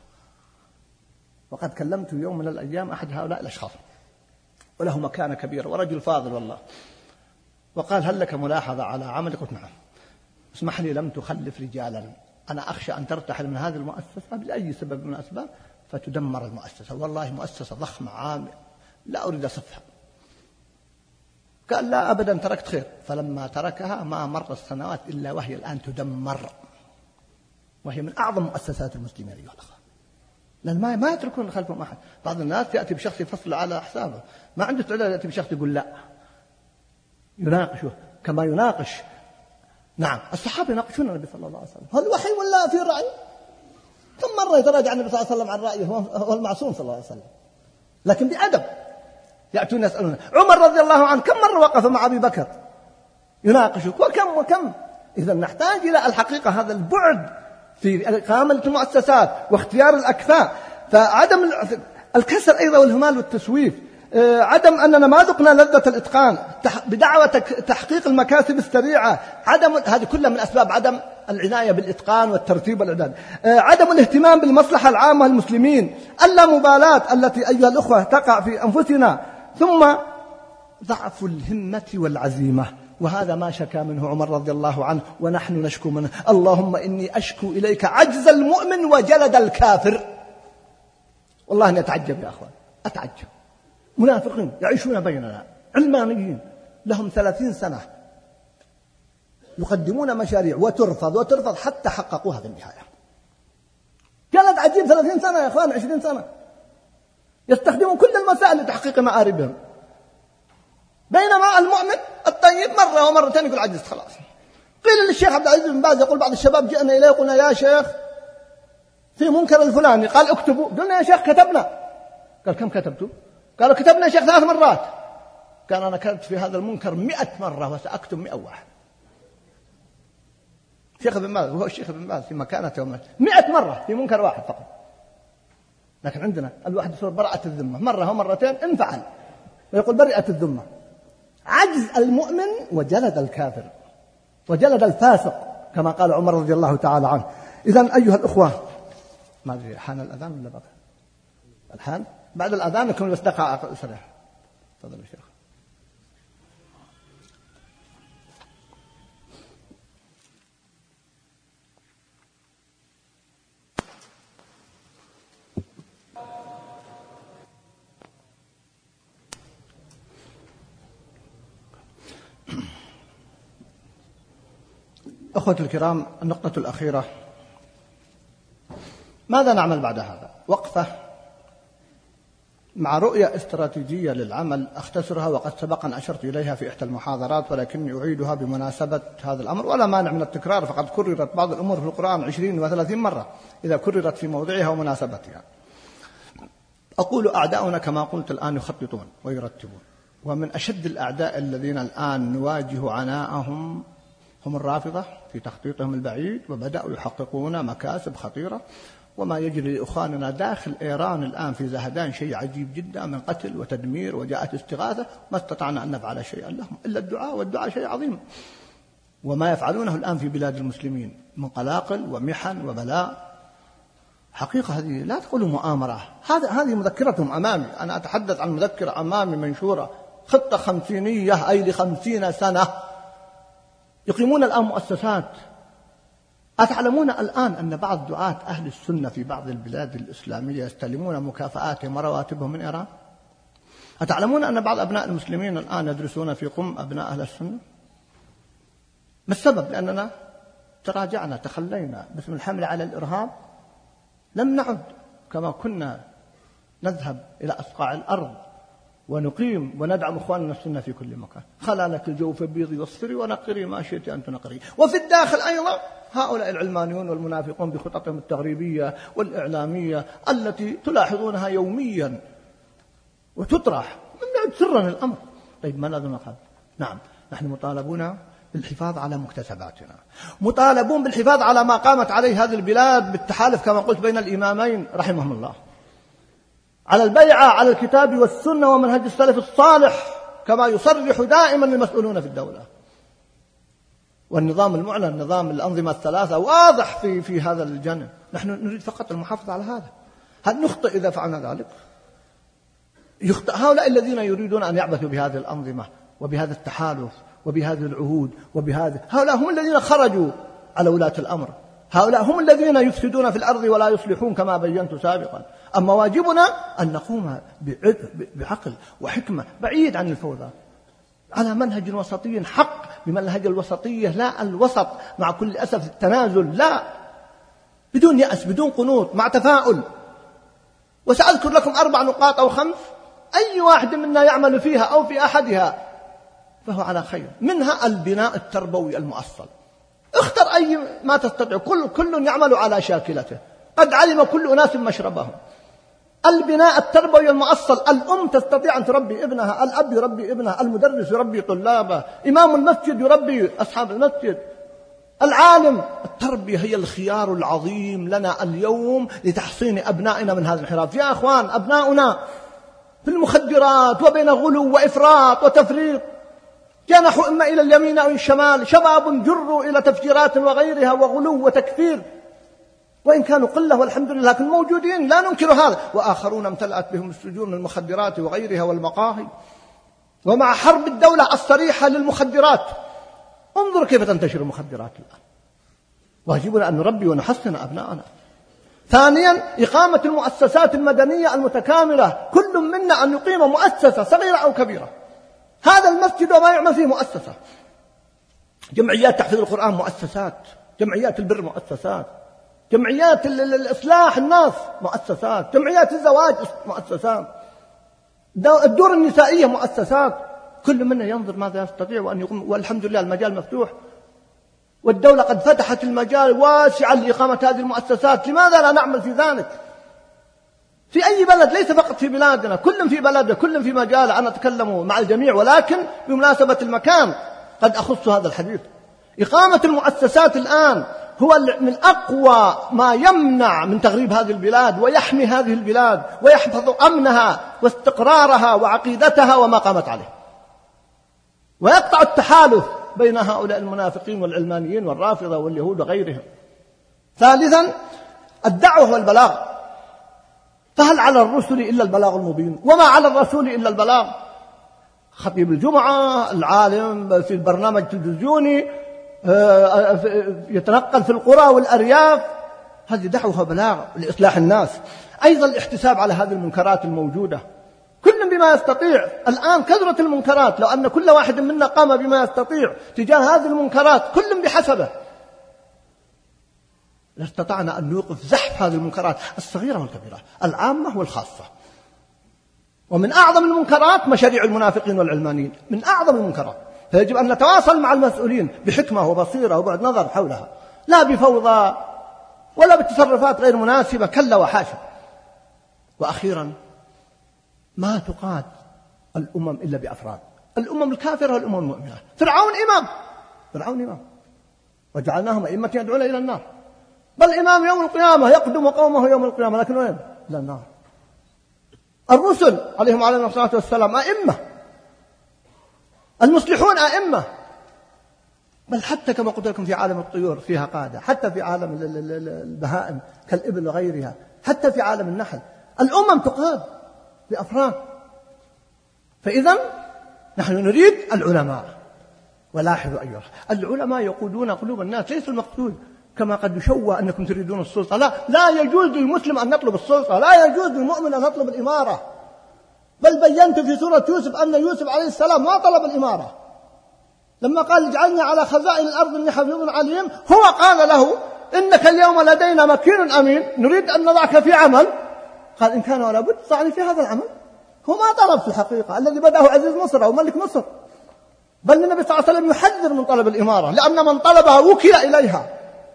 B: وقد كلمت يوم من الأيام أحد هؤلاء الأشخاص وله مكانة كبيرة ورجل فاضل والله، وقال هل لك ملاحظة على عملي؟ قلت نعم. اسمح لي، لم تخلف رجالا، أنا أخشى أن ترتحل من هذه المؤسسة لأي سبب من الأسباب فتدمر المؤسسة، والله مؤسسة ضخمة عامة لا أريد أصفها. قال لا أبدا، تركت خير. فلما تركها ما مر السنوات إلا وهي الآن تدمر، وهي من أعظم مؤسسات المسلمين أيها الأخوة، لأن ما ما يتركون خلفهم أحد. بعض الناس يأتي بشخص يفصل على حسابه، ما عنده تعليل، يأتي بشخص يقول لا، يناقشه كما يناقش. نعم الصحابة يناقشون النبي صلى الله عليه وسلم، هل وحي ولا في رأي؟ كم مرة يتراجع النبي صلى الله عليه وسلم عن رأيه، هو المعصوم صلى الله عليه وسلم، لكن بأدب يأتون يسألون. عمر رضي الله عنه كم مرة وقف مع أبي بكر يناقشه، وكم وكم. إذا نحتاج إلى الحقيقة هذا البعد في إقامة المؤسسات واختيار الأكفاء. فعدم الكسل أيضا والهمال والتسويف، عدم أننا ما ذقنا لذة الإتقان بدعوة تحقيق المكاسب السريعة، عدم هذه كلها من أسباب عدم العناية بالإتقان والترتيب والإعداد، عدم الاهتمام بالمصلحة العامة للمسلمين، اللامبالاة التي أيها الأخوة تقع في أنفسنا، ثم ضعف الهمة والعزيمة، وهذا ما شكى منه عمر رضي الله عنه ونحن نشكو منه. اللهم إني أشكو إليك عجز المؤمن وجلد الكافر. والله أني أتعجب يا أخوان، أتعجب. منافقين يعيشون بيننا، علمانيين لهم ثلاثين سنة يقدمون مشاريع وترفض وترفض حتى حققوها في النهاية. جلد عجيب، ثلاثين سنة يا أخوان، عشرين سنة يستخدمون كل المسائل لتحقيق مآربهم، بينما المؤمن الطيب مرة ومرتين يقول عجزت خلاص. قيل للشيخ عبد العزيز بن باز يقول بعض الشباب جئنا إليه قلنا يا شيخ في منكر الفلاني، قال اكتبوا. قلنا يا شيخ كتبنا. قال كم كتبتوا؟ قالوا كتبنا يا شيخ ثلاث مرات. قال أنا كتبت في هذا المنكر مئة مرة وسأكتب مئة واحد. شيخ ابن باز وهو الشيخ ابن باز في مكانته مئة مرة في منكر واحد فقط. لكن عندنا الواحد يصير برأة الذمة مرة ومرتين انفعل ويقول برئة الذمة. عجز المؤمن وجلد الكافر وجلد الفاسق كما قال عمر رضي الله تعالى عنه. إذن أيها الأخوة، ما أدري حان الأذان ولا بقى؟ الحان بعد الأذان نكون بس دقائق سريع. تفضل يا شيخ. أخوة الكرام، النقطة الأخيرة، ماذا نعمل بعد هذا؟ وقفة مع رؤية استراتيجية للعمل أختصرها وقد سبق أن أشرت إليها في إحدى المحاضرات، ولكني أعيدها بمناسبة هذا الأمر ولا مانع من التكرار، فقد كررت بعض الأمور في القرآن عشرين وثلاثين مرة إذا كررت في موضعها ومناسبتها. أقول أعداؤنا كما قلت الآن يخططون ويرتبون، ومن أشد الأعداء الذين الآن نواجه عناءهم هم الرافضة في تخطيطهم البعيد، وبدأوا يحققون مكاسب خطيرة. وما يجري لإخواننا داخل إيران الآن في زهدان شيء عجيب جدا من قتل وتدمير، وجاءت استغاثة ما استطعنا أن نفعل شيئا لهم إلا الدعاء، والدعاء شيء عظيم. وما يفعلونه الآن في بلاد المسلمين من قلاقل ومحن وبلاء، حقيقة هذه لا تقولوا مؤامرة، هذا هذه مذكرتهم أمامي، أنا أتحدث عن مذكرة أمامي منشورة، خطة خمسينية أي لخمسين سنة. يقيمون الآن مؤسسات. أتعلمون الآن أن بعض دعاة أهل السنة في بعض البلاد الإسلامية يستلمون مكافآتهم ورواتبهم من إيران؟ أتعلمون أن بعض أبناء المسلمين الآن يدرسون في قم أبناء أهل السنة؟ ما السبب؟ لأننا تراجعنا، تخلينا باسم الحملة على الإرهاب، لم نعد كما كنا نذهب إلى أصقاع الأرض ونقيم وندعم إخواننا السنة في كل مكان. خلالك الجوف بيضي واصفري ونقري ما شئت أن تنقري. وفي الداخل أيضا هؤلاء العلمانيون والمنافقون بخططهم التغريبية والإعلامية التي تلاحظونها يوميا وتطرح من سرا الأمر. طيب ما لازم نفعل؟ نعم، نحن مطالبون بالحفاظ على مكتسباتنا، مطالبون بالحفاظ على ما قامت عليه هذه البلاد بالتحالف كما قلت بين الإمامين رحمهم الله، على البيعة على الكتاب والسنة ومنهج السلف الصالح كما يصرح دائما المسؤولون في الدولة. والنظام المعلن نظام الأنظمة الثلاثة واضح في في هذا الجانب. نحن نريد فقط المحافظة على هذا. هل نخطئ إذا فعلنا ذلك؟ يخطئ هؤلاء الذين يريدون أن يعبثوا بهذه الأنظمة وبهذا التحالف وبهذه العهود وبهذه، هؤلاء هم الذين خرجوا على ولاة الأمر، هؤلاء هم الذين يفسدون في الأرض ولا يصلحون كما بينت سابقا. أما واجبنا أن نقوم بعقل وحكمة بعيد عن الفوضى، على منهج وسطي حق، بمنهج الوسطية لا الوسط مع كل أسف التنازل، لا، بدون يأس بدون قنوط، مع تفاؤل. وسأذكر لكم أربع نقاط أو خمس أي واحد منا يعمل فيها أو في أحدها فهو على خير. منها البناء التربوي المؤصل. اختر أي ما تستطيع، كل كل يعمل على شاكلته، قد علم كل أناس مشربهم. البناء التربوي المؤصل، الأم تستطيع أن تربي ابنها، الأب يربي ابنه، المدرس يربي طلابه، إمام المسجد يربي أصحاب المسجد، العالم. التربية هي الخيار العظيم لنا اليوم لتحصين أبنائنا من هذا الانحراف. يا أخوان، أبناؤنا في المخدرات وبين غلو وإفراط وتفريط، جنحوا إما إلى اليمين أو الشمال، شباب جروا إلى تفجيرات وغيرها وغلو وتكفير، وإن كانوا قلة والحمد لله لكن موجودين لا ننكر هذا، وآخرون امتلأت بهم السجون من المخدرات وغيرها والمقاهي. ومع حرب الدولة الصريحة للمخدرات انظر كيف تنتشر المخدرات الآن. واجبنا أن نربي ونحصن أبناءنا. ثانيا، إقامة المؤسسات المدنية المتكاملة، كل منا أن يقيم مؤسسة صغيرة أو كبيرة. هذا المسجد وما يعمل فيه مؤسسة، جمعيات تحفيظ القرآن مؤسسات، جمعيات البر مؤسسات، جمعيات الإصلاح الناس مؤسسات، جمعيات الزواج مؤسسات، الدور النسائية مؤسسات. كل منا ينظر ماذا يستطيع وأن يقوم، والحمد لله المجال مفتوح، والدولة قد فتحت المجال واسعا لإقامة هذه المؤسسات. لماذا لا نعمل في ذلك في أي بلد، ليس فقط في بلادنا، كل في بلده، كل في مجاله. أنا أتكلم مع الجميع، ولكن بمناسبة المكان قد أخص هذا الحديث. إقامة المؤسسات الآن هو من أقوى ما يمنع من تغريب هذه البلاد ويحمي هذه البلاد ويحفظ أمنها واستقرارها وعقيدتها وما قامت عليه، ويقطع التحالف بين هؤلاء المنافقين والعلمانيين والرافضة واليهود وغيرهم. ثالثا، الدعوة والبلاغ. فهل على الرسل إلا البلاغ المبين؟ وما على الرسول إلا البلاغ. خطيب الجمعة، العالم في البرنامج التلفزيوني، يتنقل في القرى والأرياف، هذه دعوة وبلاغ لإصلاح الناس. أيضا الاحتساب على هذه المنكرات الموجودة، كل بما يستطيع. الآن كثرة المنكرات، لو أن كل واحد منا قام بما يستطيع تجاه هذه المنكرات كل بحسبه لاستطعنا أن نوقف زحف هذه المنكرات الصغيرة والكبيرة، العامة والخاصة. ومن أعظم المنكرات مشاريع المنافقين والعلمانيين، من أعظم المنكرات. فيجب أن نتواصل مع المسؤولين بحكمة وبصيرة وبعد نظر حولها، لا بفوضى ولا بتصرفات غير مناسبة، كلا وحاشا. وأخيرا، ما تقاد الأمم إلا بأفراد، الأمم الكافرة والأمم المؤمنة. فرعون إمام، فرعون إمام، وجعلناهم أئمة يدعون إلى النار، بل إمام يوم القيامة يقدم قومه يوم القيامة، لكن وين؟ إلى النار. الرسل عليهم عليه الصلاة والسلام أئمة، المصلحون أئمة، بل حتى كما قلت لكم في عالم الطيور فيها قادة، حتى في عالم البهائم كالإبل وغيرها، حتى في عالم النحل الأمم تقاد بأفراد. فإذا نحن نريد العلماء. ولاحظوا أيها العلماء يقودون قلوب الناس، ليس المقصود كما قد يشوى أنكم تريدون السلطة، لا، لا يجوز للمسلم أن نطلب السلطة، لا يجوز للمؤمن أن نطلب الإمارة. بل بينت في سورة يوسف أن يوسف عليه السلام ما طلب الإمارة، لما قال اجعلني على خزائن الأرض إني حفيظ عليم، هو قال له إنك اليوم لدينا مكين أمين نريد أن نضعك في عمل. قال إن كان ولا بد ضعني في هذا العمل. هو ما طلب في الحقيقة، الذي بدأه عزيز مصر أو ملك مصر، بل النبي صلى الله عليه وسلم يحذر من طلب الإمارة، لأن من طلبها وكل إليها،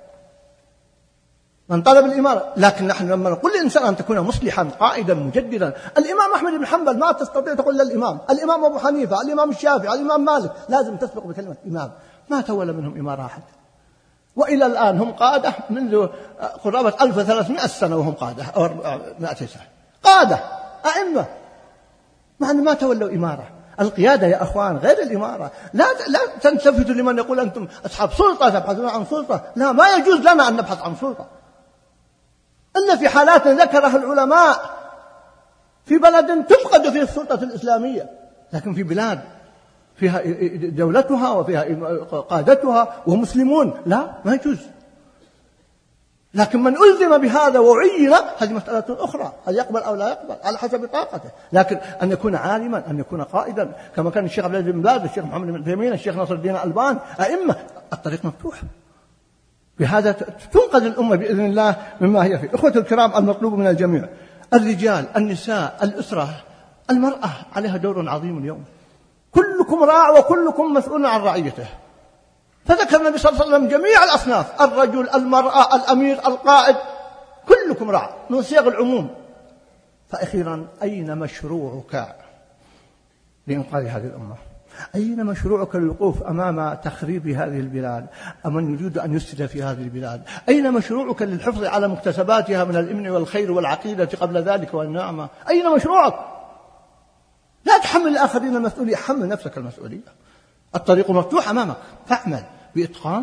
B: من طلب الإمارة. لكن نحن لما نقول للإنسان أن تكون مصلحا قائدا مجددا، الإمام أحمد بن حنبل ما تستطيع تقول للإمام، الإمام أبو حنيفة، الإمام الشافعي، الإمام مالك، لازم تسبق بكلمة إمام. ما تولى منهم إمارة أحد، وإلى الآن هم قادة منذ قرابة ألف وثلاثمائة سنة وهم قادة أو مائتي سنة، قادة أئمة، مع أن ما تولوا إمارة. القيادة يا أخوان غير الإمارة. لا لا تنتفتوا لمن يقول أنتم أصحاب سلطة تبحثون عن سلطة. لا، ما يجوز لنا أن نبحث عن سلطة إلا في حالات ذكرها العلماء، في بلد تفقد فيه السلطة الإسلامية، لكن في بلاد فيها دولتها وفيها قادتها ومسلمون لا، ما يجوز. لكن من ألزم بهذا وعين هذه مسألة أخرى، هل يقبل أو لا يقبل على حسب طاقته. لكن أن يكون عالما، أن يكون قائدا، كما كان الشيخ عبد العزيز بن باز، الشيخ محمد بن تيمية، الشيخ ناصر الدين الألباني، أئمة، الطريق مفتوح. بهذا تنقذ الأمة بإذن الله مما هي فيه. إخوة الكرام، المطلوب من الجميع، الرجال، النساء، الأسرة، المرأة عليها دور عظيم اليوم. كلكم راع وكلكم مسؤول عن رعيته. فذكر النبي صلى الله عليه وسلم جميع الأصناف، الرجل، المرأة، الأمير، القائد، كلكم راع من صيغ العموم. فأخيرا، أين مشروعك لإنقاذ هذه الأمة؟ أين مشروعك للوقوف أمام تخريب هذه البلاد أمن يريد أن يفسد في هذه البلاد؟ أين مشروعك للحفظ على مكتسباتها من الأمن والخير والعقيدة قبل ذلك والنعمة؟ أين مشروعك؟ لا تحمل الآخرين المسؤولية، حمل نفسك المسؤولية. الطريق مفتوح أمامك، فاعمل بإتقان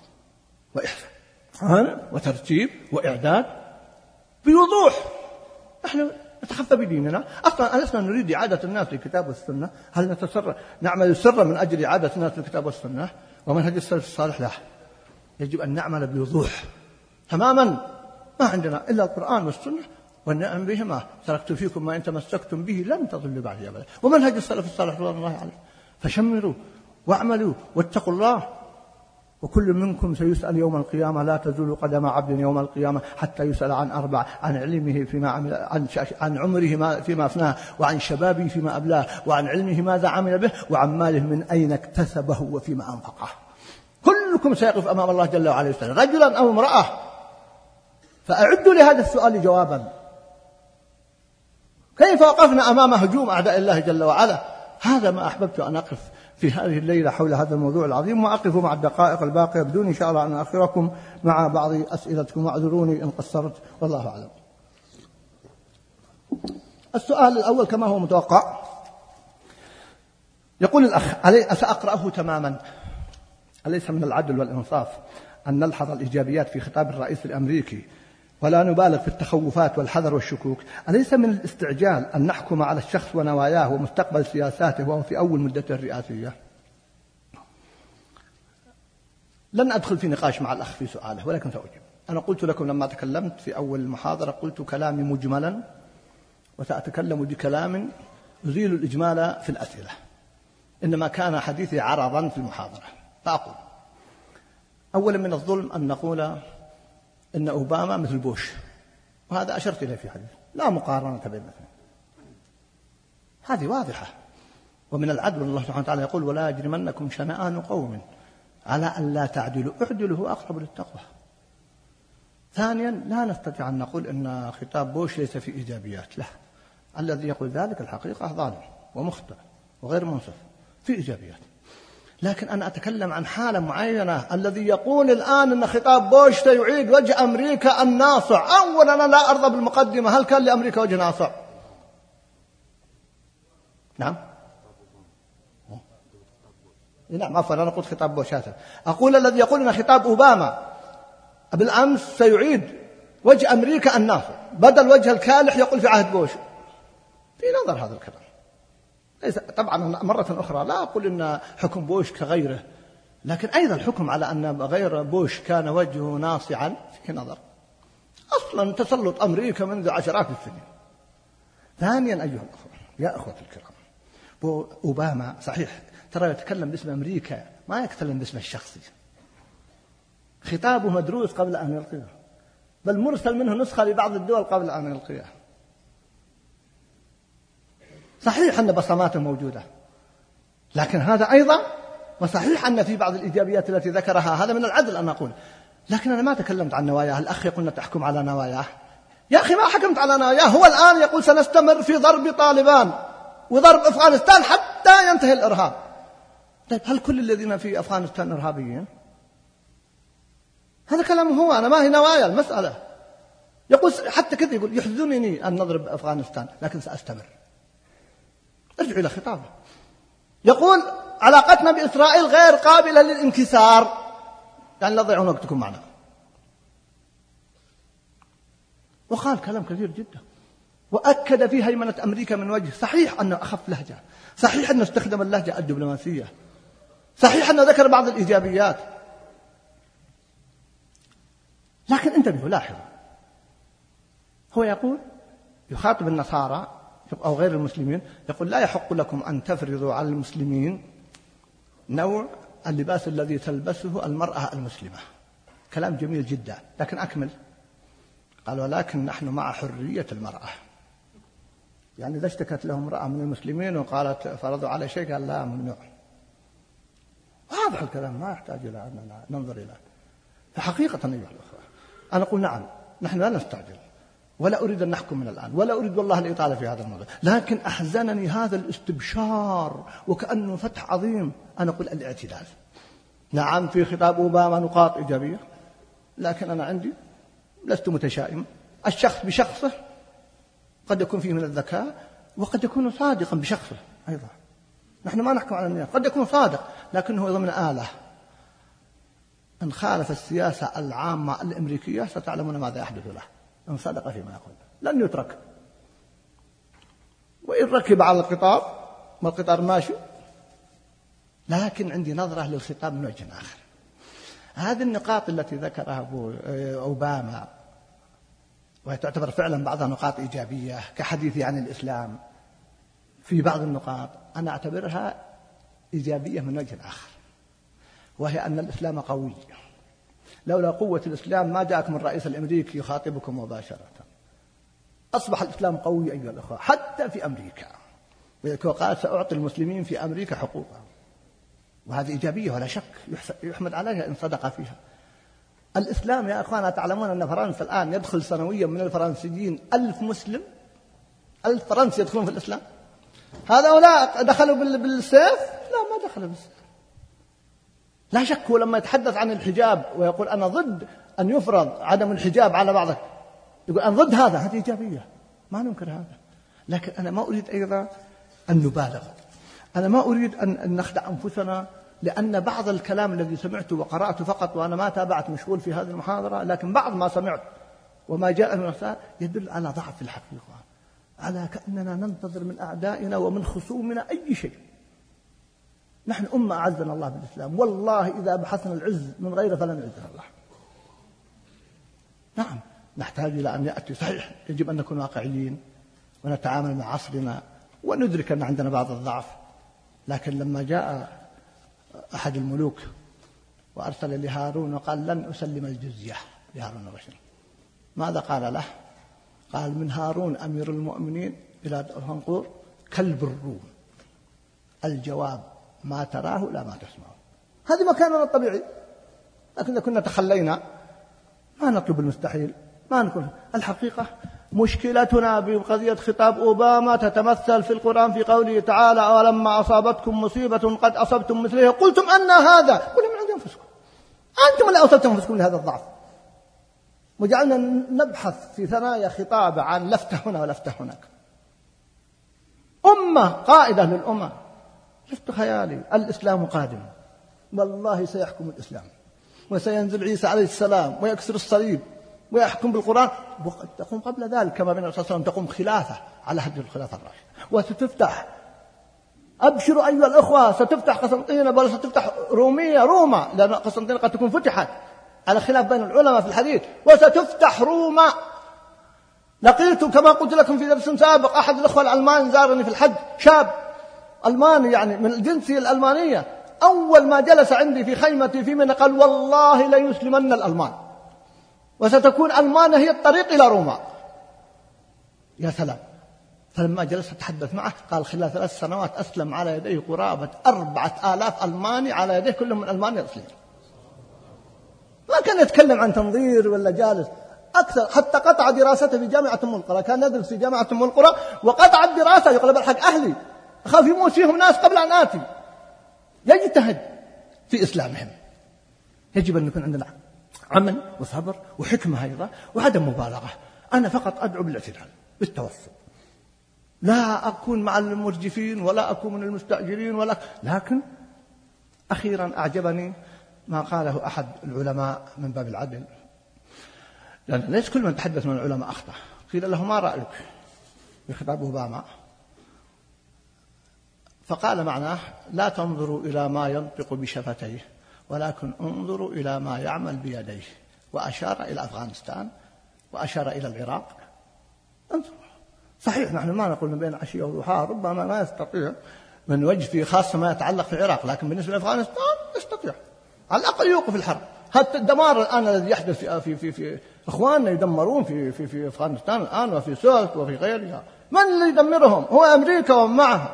B: وإحسان وترتيب وإعداد بوضوح. نحن نتخفى بديننا، أصلا ألسنا نريد إعادة الناس للكتاب والسنة؟ هل نتسر نعمل سرا من أجل إعادة الناس للكتاب والسنة ومنهج السلف الصالح؟ لا، يجب أن نعمل بوضوح تماما. ما عندنا إلا القرآن والسنة والنعم بهما، تركت فيكم ما إن تمسكتم به لن تضلوا بعدي أبدا، ومنهج السلف الصالح رضوان الله عليه. فشمروا واعملوا واتقوا الله، وكل منكم سيسأل يوم القيامة، لا تزول قدم عبد يوم القيامة حتى يسأل عن أربع: عن علمه فيما عمل، عن, عن عمره ما فيما أفناه، وعن شبابه فيما أبلاه، وعن علمه ماذا عمل به، وعن ماله من أين اكتسبه وفيما أنفقه. كلكم سيقف أمام الله جل وعلا يسأل، رجلا أو امرأة. فأعدوا لهذا السؤال جوابا. كيف وقفنا أمام هجوم أعداء الله جل وعلا؟ هذا ما أحببت أن أقف في هذه الليلة حول هذا الموضوع العظيم، وأقف مع الدقائق الباقية بدون إن شاء الله أن أخركم مع بعض أسئلتكم، واعذروني إن قصرت والله أعلم. السؤال الأول كما هو متوقع، يقول الأخ: سأقرأه تماما. أليس من العدل والإنصاف أن نلحظ الإيجابيات في خطاب الرئيس الأمريكي ولا نبالغ في التخوفات والحذر والشكوك؟ أليس من الاستعجال أن نحكم على الشخص ونواياه ومستقبل سياساته وهو في أول مدته الرئاسية؟ لن أدخل في نقاش مع الأخ في سؤاله، ولكن سأجيب. أنا قلت لكم لما تكلمت في أول المحاضرة، قلت كلامي مجملا، وسأتكلم بكلام يزيل الإجمال في الأسئلة، إنما كان حديثي عرضا في المحاضرة. فأقول: أولا، من الظلم أن نقول إن أوباما مثل بوش، وهذا أشرت إليه في حديث، لا مقارنة بين الاثنين، هذه واضحة. ومن العدل الله سبحانه وتعالى يقول: ولا يجرمنكم شنآن قوم على أن لا تعدلوا اعدلوا هو أقرب للتقوى. ثانيا، لا نستطيع أن نقول إن خطاب بوش ليس فيه إيجابيات، لا، الذي يقول ذلك الحقيقة ظالم ومخطئ وغير منصف، في إيجابيات. لكن أنا أتكلم عن حالة معينة. الذي يقول الآن أن خطاب بوش سيعيد وجه أمريكا الناصع، أولا أنا لا أرضى بالمقدمة. هل كان لأمريكا وجه ناصع؟ نعم نعم عفوا، أنا قلت خطاب بوش هذا. أقول الذي يقول أن خطاب أوباما بالأمس سيعيد وجه أمريكا الناصع بدل وجه الكالح يقول في عهد بوش، في نظر هذا الكلام. طبعا مرة أخرى لا أقول إن حكم بوش كغيره، لكن أيضا الحكم على أن غير بوش كان وجهه ناصعا في نظر. أصلا تسلط أمريكا منذ عشرات السنين. ثانيا أيها الأخوة، يا أخوة الكرام، أوباما صحيح ترى يتكلم باسم أمريكا، ما يتكلم باسم الشخصي، خطابه مدروس قبل أن يلقيه، بل مرسل منه نسخة لبعض الدول قبل أن يلقيه. صحيح أن بصماته موجودة، لكن هذا أيضا، وصحيح أن في بعض الإيجابيات التي ذكرها، هذا من العدل أن أقول، لكن أنا ما تكلمت عن نواياه. الأخ يقول تحكم على نواياه، يا أخي ما حكمت على نواياه. هو الآن يقول سنستمر في ضرب طالبان وضرب أفغانستان حتى ينتهي الإرهاب. طيب هل كل الذين في أفغانستان إرهابيين؟ هذا كلامه هو، أنا ما هي نوايا المسألة. يقول حتى كذا، يقول يحزنني أن نضرب أفغانستان لكن سأستمر. ارجع إلى خطابه. يقول علاقتنا بإسرائيل غير قابلة للانكسار، يعني لا تضيعون وقتكم معنا. وقال كلام كثير جدا، وأكد في هيمنة أمريكا من وجه. صحيح أنه أخف لهجة، صحيح أنه استخدم اللهجة الدبلوماسية، صحيح أنه ذكر بعض الإيجابيات، لكن انتبهوا لاحظوا، هو يقول يخاطب النصارى أو غير المسلمين، يقول لا يحق لكم أن تفرضوا على المسلمين نوع اللباس الذي تلبسه المرأة المسلمة. كلام جميل جدا، لكن أكمل. قال ولكن نحن مع حرية المرأة. يعني إذا اشتكت لهم امرأة من المسلمين وقالت فرضوا على شيء، قال لا، ممنوع. واضح الكلام، ما يحتاج إلى أن ننظر إليه. فحقيقة أيها الأخوة، أنا أقول نعم، نحن لا نستعجل، ولا أريد أن نحكم من الآن، ولا أريد والله الإطالة في هذا الموضوع، لكن أحزنني هذا الاستبشار وكأنه فتح عظيم. أنا أقول الاعتدال. نعم في خطاب أوباما نقاط إيجابية، لكن أنا عندي لست متشائم. الشخص بشخصه قد يكون فيه من الذكاء، وقد يكون صادقا بشخصه أيضا. نحن ما نحكم على الناس، قد يكون صادق لكنه ضمن آلة. إن خالف السياسة العامة الأمريكية ستعلمون ماذا يحدث له. إن صدق فيما يقول لن يترك، وإن ركب على القطار ما القطار ماشي. لكن عندي نظرة للخطاب من وجه آخر. هذه النقاط التي ذكرها أوباما وتعتبر فعلا بعضها نقاط إيجابية كحديثي عن الإسلام، في بعض النقاط أنا أعتبرها إيجابية من وجه آخر، وهي أن الإسلام قوي. لولا قوة الإسلام ما جاءكم الرئيس الأمريكي يخاطبكم مباشرة. أصبح الإسلام قوي أيها الأخوة حتى في أمريكا، وقال سأعطي المسلمين في أمريكا حقوقهم، وهذه إيجابية ولا شك يحمد عليها إن صدق فيها. الإسلام يا أخوانا، تعلمون أن فرنسا الآن يدخل سنويا من الفرنسيين ألف مسلم، ألف فرنسي يدخلون في الإسلام. هؤلاء دخلوا بالسيف؟ لا، ما دخلوا بالسيف. لا شك هو لما يتحدث عن الحجاب ويقول أنا ضد أن يفرض عدم الحجاب على بعضك، يقول أنا ضد هذا، هذه إيجابية، ما ننكر هذا. لكن أنا ما أريد أيضا أن نبالغ، أنا ما أريد أن نخدع أنفسنا، لأن بعض الكلام الذي سمعته وقرأته فقط، وأنا ما تابعت مشغول في هذه المحاضرة، لكن بعض ما سمعت وما جاء من الرسائل يدل على ضعف الحقيقة، على كأننا ننتظر من أعدائنا ومن خصومنا أي شيء. نحن أمة أعزنا الله بالإسلام، والله إذا بحثنا العز من غيره فلن يعزنا الله. نعم نحتاج إلى أن يأتي، صحيح يجب أن نكون واقعيين ونتعامل مع عصرنا وندرك أن عندنا بعض الضعف. لكن لما جاء أحد الملوك وأرسل لهارون وقال لن أسلم الجزية لهارون الرشيد، ماذا قال له؟ قال من هارون أمير المؤمنين إلى هنقور كلب الروم، الجواب ما تراه لا ما تسمعه. هذه مكاننا الطبيعي، لكن إذا كنا تخلينا ما نطلب المستحيل، ما نكون. الحقيقة مشكلتنا بقضية خطاب أوباما تتمثل في القرآن في قوله تعالى ولما أصابتكم مصيبة قد أصبتم مثلها قلتم أن هذا، قل من عند أنفسكم، أنتم اللي أوصلتم أنفسكم لهذا الضعف. وجعلنا نبحث في ثنايا خطابة عن لفتة هنا ولفتة هناك. أمة قائدة للأمة، شفت خيالي، الإسلام قادم، والله سيحكم الإسلام، وسينزل عيسى عليه السلام ويكسر الصليب ويحكم بالقرآن، وقد تقوم قبل ذلك كما بين الرسول صلى الله عليه وسلم تقوم خلافة على هدي الخلافة الراشدة، وستفتح، أبشروا أيها الأخوة، ستفتح قسنطينة، بل ستفتح رومية روما، لأن قسنطينة قد تكون فتحت على خلاف بين العلماء في الحديث، وستفتح روما. لقيت كما قلت لكم في درس سابق أحد الأخوة الألمان زارني في الحج، شاب ألماني يعني من الجنسية الألمانية، أول ما جلس عندي في خيمتي في منى قال والله ليسلمن الألمان وستكون ألمانيا هي الطريق إلى روما. يا سلام. فلما جلست أتحدث معه قال خلال ثلاث سنوات أسلم على يديه قرابة أربعة آلاف ألماني على يديه كلهم من ألمانيا أسلم. ما كان يتكلم عن تنظير ولا جالس أكثر، حتى قطع دراسته في جامعة أم القرى، كان يدرس في جامعة أم القرى وقطع الدراسة يقول بالحق أهلي أخاف يموت فيهم ناس قبل أن آتي. يجتهد في إسلامهم. يجب أن يكون عندنا عمل وصبر وحكمة أيضا وعدم مبالغة. أنا فقط أدعو بالاعتدال بالتوسط، لا أكون مع المرجفين ولا أكون من المستأجرين ولا، لكن أخيرا أعجبني ما قاله أحد العلماء من باب العدل، لأن ليس كل من تحدث من العلماء أخطأ. قيل له ما رأيك في خطاب أوباما؟ فقال معناه لا تنظروا إلى ما ينطق بشفتيه ولكن انظروا إلى ما يعمل بيديه، وأشار إلى أفغانستان وأشار إلى العراق. انظروا. صحيح نحن ما نقول من بين عشية وضحاها، ربما ما يستطيع من وجه في خاصة ما يتعلق في العراق، لكن بالنسبة لأفغانستان يستطيع على الأقل يوقف الحرب. هذا الدمار الآن الذي يحدث في, في, في, في إخواننا يدمرون في, في, في أفغانستان الآن وفي سوس وفي غيرها، من اللي يدمرهم؟ هو أمريكا ومعها.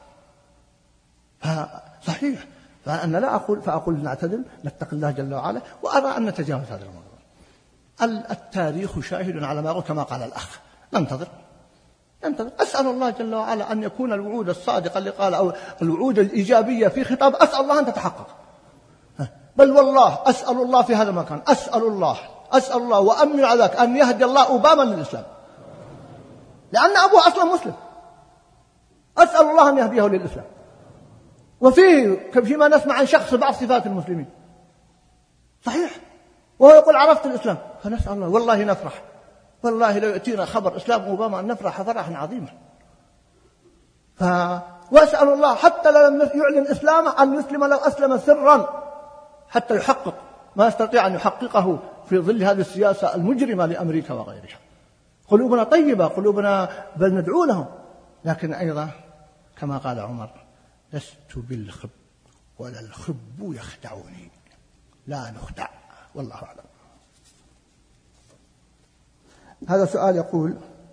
B: صحيح. فأنا لا أقول فأقول نعتدل نتقي الله جل وعلا، وأرى أن نتجاوز هذا الموضوع. التاريخ شاهد على ما كما قال الأخ. ننتظر ننتظر. أسأل الله جل وعلا أن يكون الوعود الصادقة اللي قال أو الوعود الإيجابية في خطاب أسأل الله أن تتحقق. بل والله أسأل الله في هذا المكان، أسأل الله أسأل الله وأمن على ذلك أن يهدي الله أوباما للإسلام، لأن أبوه أصلا مسلم. أسأل الله أن يهديه للإسلام. وفيه فيما نسمع عن شخص بعض صفات المسلمين صحيح، وهو يقول عرفت الإسلام، فنسأل الله والله نفرح، والله لو يأتينا خبر إسلام أوباما أن نفرح فرحا عظيما. ف... وأسأل الله حتى لم يعلن إسلامه أن يسلم لو أسلم سرا حتى يحقق ما يستطيع أن يحققه في ظل هذه السياسة المجرمة لأمريكا وغيرها. قلوبنا طيبة، قلوبنا بل ندعو لهم، لكن أيضا كما قال عمر لست بالخب ولا الخب يخدعني، لا نخدع. والله أعلم. هذا سؤال يقول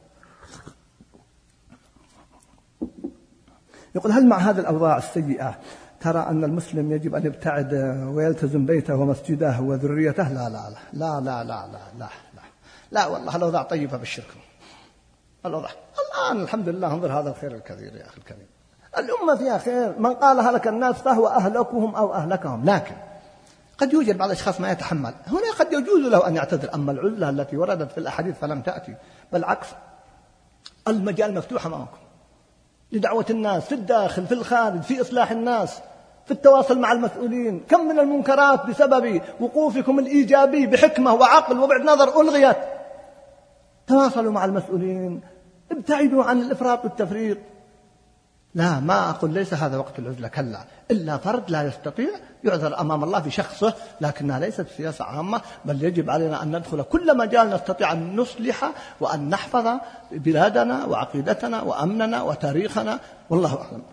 B: يقول هل مع هذه الأوضاع السيئة ترى أن المسلم يجب أن يبتعد ويلتزم بيته ومسجده وذريته؟ لا لا لا لا لا لا لا لا لا, لا والله الأوضاع طيبة بالشرك. الأوضاع الآن الحمد لله انظر هذا الخير الكثير يا أخي الكريم، الأمة فيها خير. من قال هلك الناس فهو أهلكهم أو أهلكهم، لكن قد يوجد بعض الأشخاص ما يتحمل، هنا قد يجوز له أن يعتذر. أما العزلة التي وردت في الأحاديث فلم تأتي، بل عكس، المجال مفتوح أمامكم لدعوة الناس في الداخل في الخارج، في إصلاح الناس، في التواصل مع المسؤولين. كم من المنكرات بسبب وقوفكم الإيجابي بحكمة وعقل وبعد نظر ألغيت. تواصلوا مع المسؤولين، ابتعدوا عن الإفراط والتفريط. لا ما أقول ليس هذا وقت العزلة، كلا، إلا فرد لا يستطيع يعذر أمام الله في شخصه، لكنها ليست سياسة عامة، بل يجب علينا أن ندخل كل مجال نستطيع أن نصلح وأن نحفظ بلادنا وعقيدتنا وأمننا وتاريخنا، والله أعلم.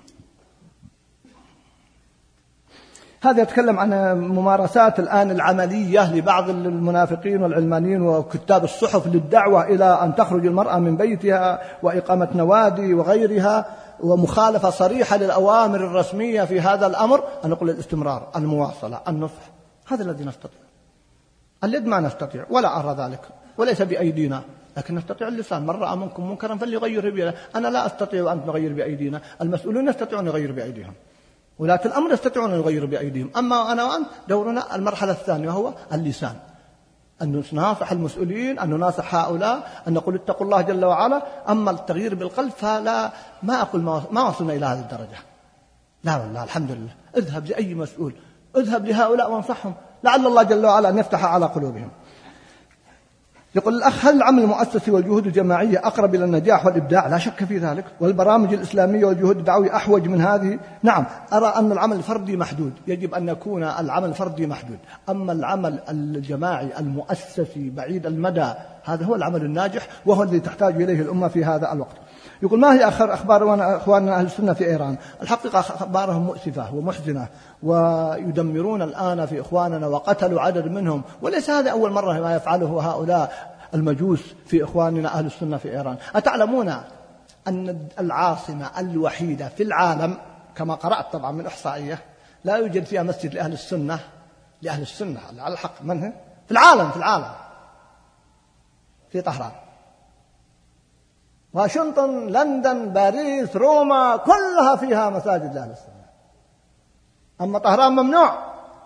B: هذا يتكلم عن ممارسات الآن العملية لبعض المنافقين والعلمانيين وكتاب الصحف للدعوة إلى أن تخرج المرأة من بيتها وإقامة نوادي وغيرها، ومخالفة صريحة للأوامر الرسمية في هذا الأمر. أن نقول الاستمرار، المواصلة، النصح، هذا الذي نستطيع. اليد ما نستطيع ولا أرى ذلك وليس بأيدينا، لكن نستطيع اللسان. من رأى منكم منكرا فليغيره بيده. أنا لا أستطيع أن نغير بأيدينا، المسؤولون يستطيعون أن يغيروا بأيديهم، ولاة الأمر يستطيعون أن يغيروا بأيديهم. أما أنا وأنت دورنا المرحلة الثانية وهو اللسان، أن نناصح المسؤولين، أن نناصح هؤلاء، أن نقول اتقوا الله جل وعلا. أما التغيير بالقلب فلا، ما أقول ما وصلنا إلى هذه الدرجة، لا والله الحمد لله. اذهب لأي مسؤول، اذهب لهؤلاء وانصحهم، لعل الله جل وعلا أن يفتح على قلوبهم. يقول الأخ هل العمل المؤسسي والجهود الجماعية أقرب إلى النجاح والإبداع؟ لا شك في ذلك. والبرامج الإسلامية والجهود الدعوية أحوج من هذه؟ نعم. أرى أن العمل الفردي محدود، يجب أن يكون العمل الفردي محدود. أما العمل الجماعي المؤسسي بعيد المدى هذا هو العمل الناجح، وهو الذي تحتاج إليه الأمة في هذا الوقت. يقول ما هي آخر أخبار أخواننا أهل السنة في إيران؟ الحقيقة أخبارهم مؤسفة ومحزنة، ويدمرون الآن في إخواننا وقتلوا عدد منهم، وليس هذا أول مرة ما يفعله هؤلاء المجوس في إخواننا أهل السنة في إيران. أتعلمون أن العاصمة الوحيدة في العالم كما قرأت طبعا من إحصائية لا يوجد فيها مسجد لأهل السنة لأهل السنة على الحق من هي؟ في العالم في العالم في طهران. واشنطن، لندن، باريس، روما كلها فيها مساجد لأهل السنة، أما طهران ممنوع.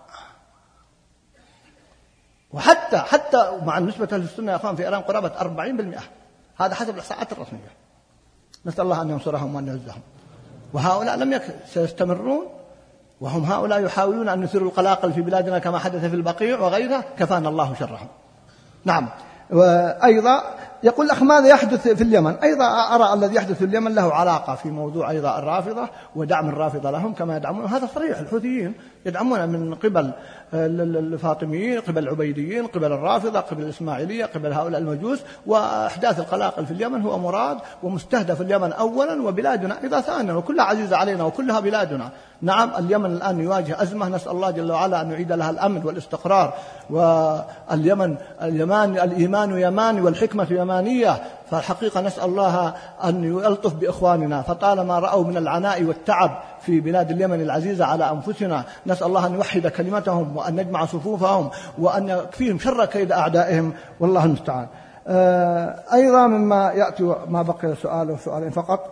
B: وحتى حتى مع نسبة أهل السنة يا أخوان في إيران قرابة أربعين بالمئة، هذا حسب الإحصاءات الرسمية. نسأل الله أن ينصرهم وأن يعزهم. وهؤلاء لم يكن سيستمرون، وهم هؤلاء يحاولون أن يثيروا القلاقل في بلادنا كما حدث في البقيع وغيرها، كفانا الله شرهم. نعم. وأيضا يقول الأخ ماذا يحدث في اليمن؟ أيضا أرى الذي يحدث في اليمن له علاقة في موضوع أيضا الرافضة ودعم الرافضة لهم كما يدعمون، هذا صريح. الحوثيين يدعمون من قبل الفاطميين، قبل العبيديين، قبل الرافضة، قبل الإسماعيلية، قبل هؤلاء المجوس. وإحداث القلاقل في اليمن هو مراد ومستهدف اليمن أولا وبلادنا إذا ثانيا، وكلها عزيزة علينا وكلها بلادنا. نعم اليمن الآن يواجه أزمة، نسأل الله جل وعلا أن يعيد لها الأمن والاستقرار. واليمن اليمان الإيمان يماني والحكمة يمانية، فالحقيقة نسأل الله أن يلطف بإخواننا، فطالما رأوا من العناء والتعب في بلاد اليمن العزيزة على أنفسنا، نسأل الله أن يوحد كلمتهم وأن نجمع صفوفهم وأن يكفيهم شر كيد أعدائهم، والله المستعان. أيضا مما يأتي ما بقي سؤال وسؤالين فقط.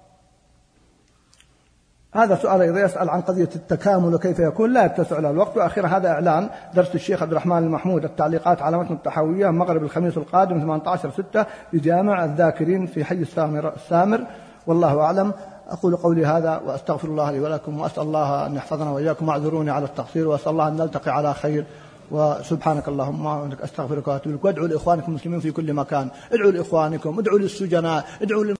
B: هذا سؤال أيضا يسأل عن قضية التكامل وكيف يكون، لا يتسع له الوقت. وأخيرا هذا إعلان درس الشيخ عبد الرحمن المحمود التعليقات على متن التحوية مغرب الخميس القادم ثمانية عشر ستة بجامع الذاكرين في حي السامر, السامر والله أعلم. أقول قولي هذا وأستغفر الله لي ولكم، وأسأل الله أن يحفظنا وإياكم، واعذروني على التقصير، وأسأل الله أن نلتقي على خير. وسبحانك اللهم وبحمدك أستغفرك وأتوب إليك. وادعوا لإخوانكم المسلمين في كل مكان، ادعوا لإخوانكم، ادعوا للسجناء، ادعوا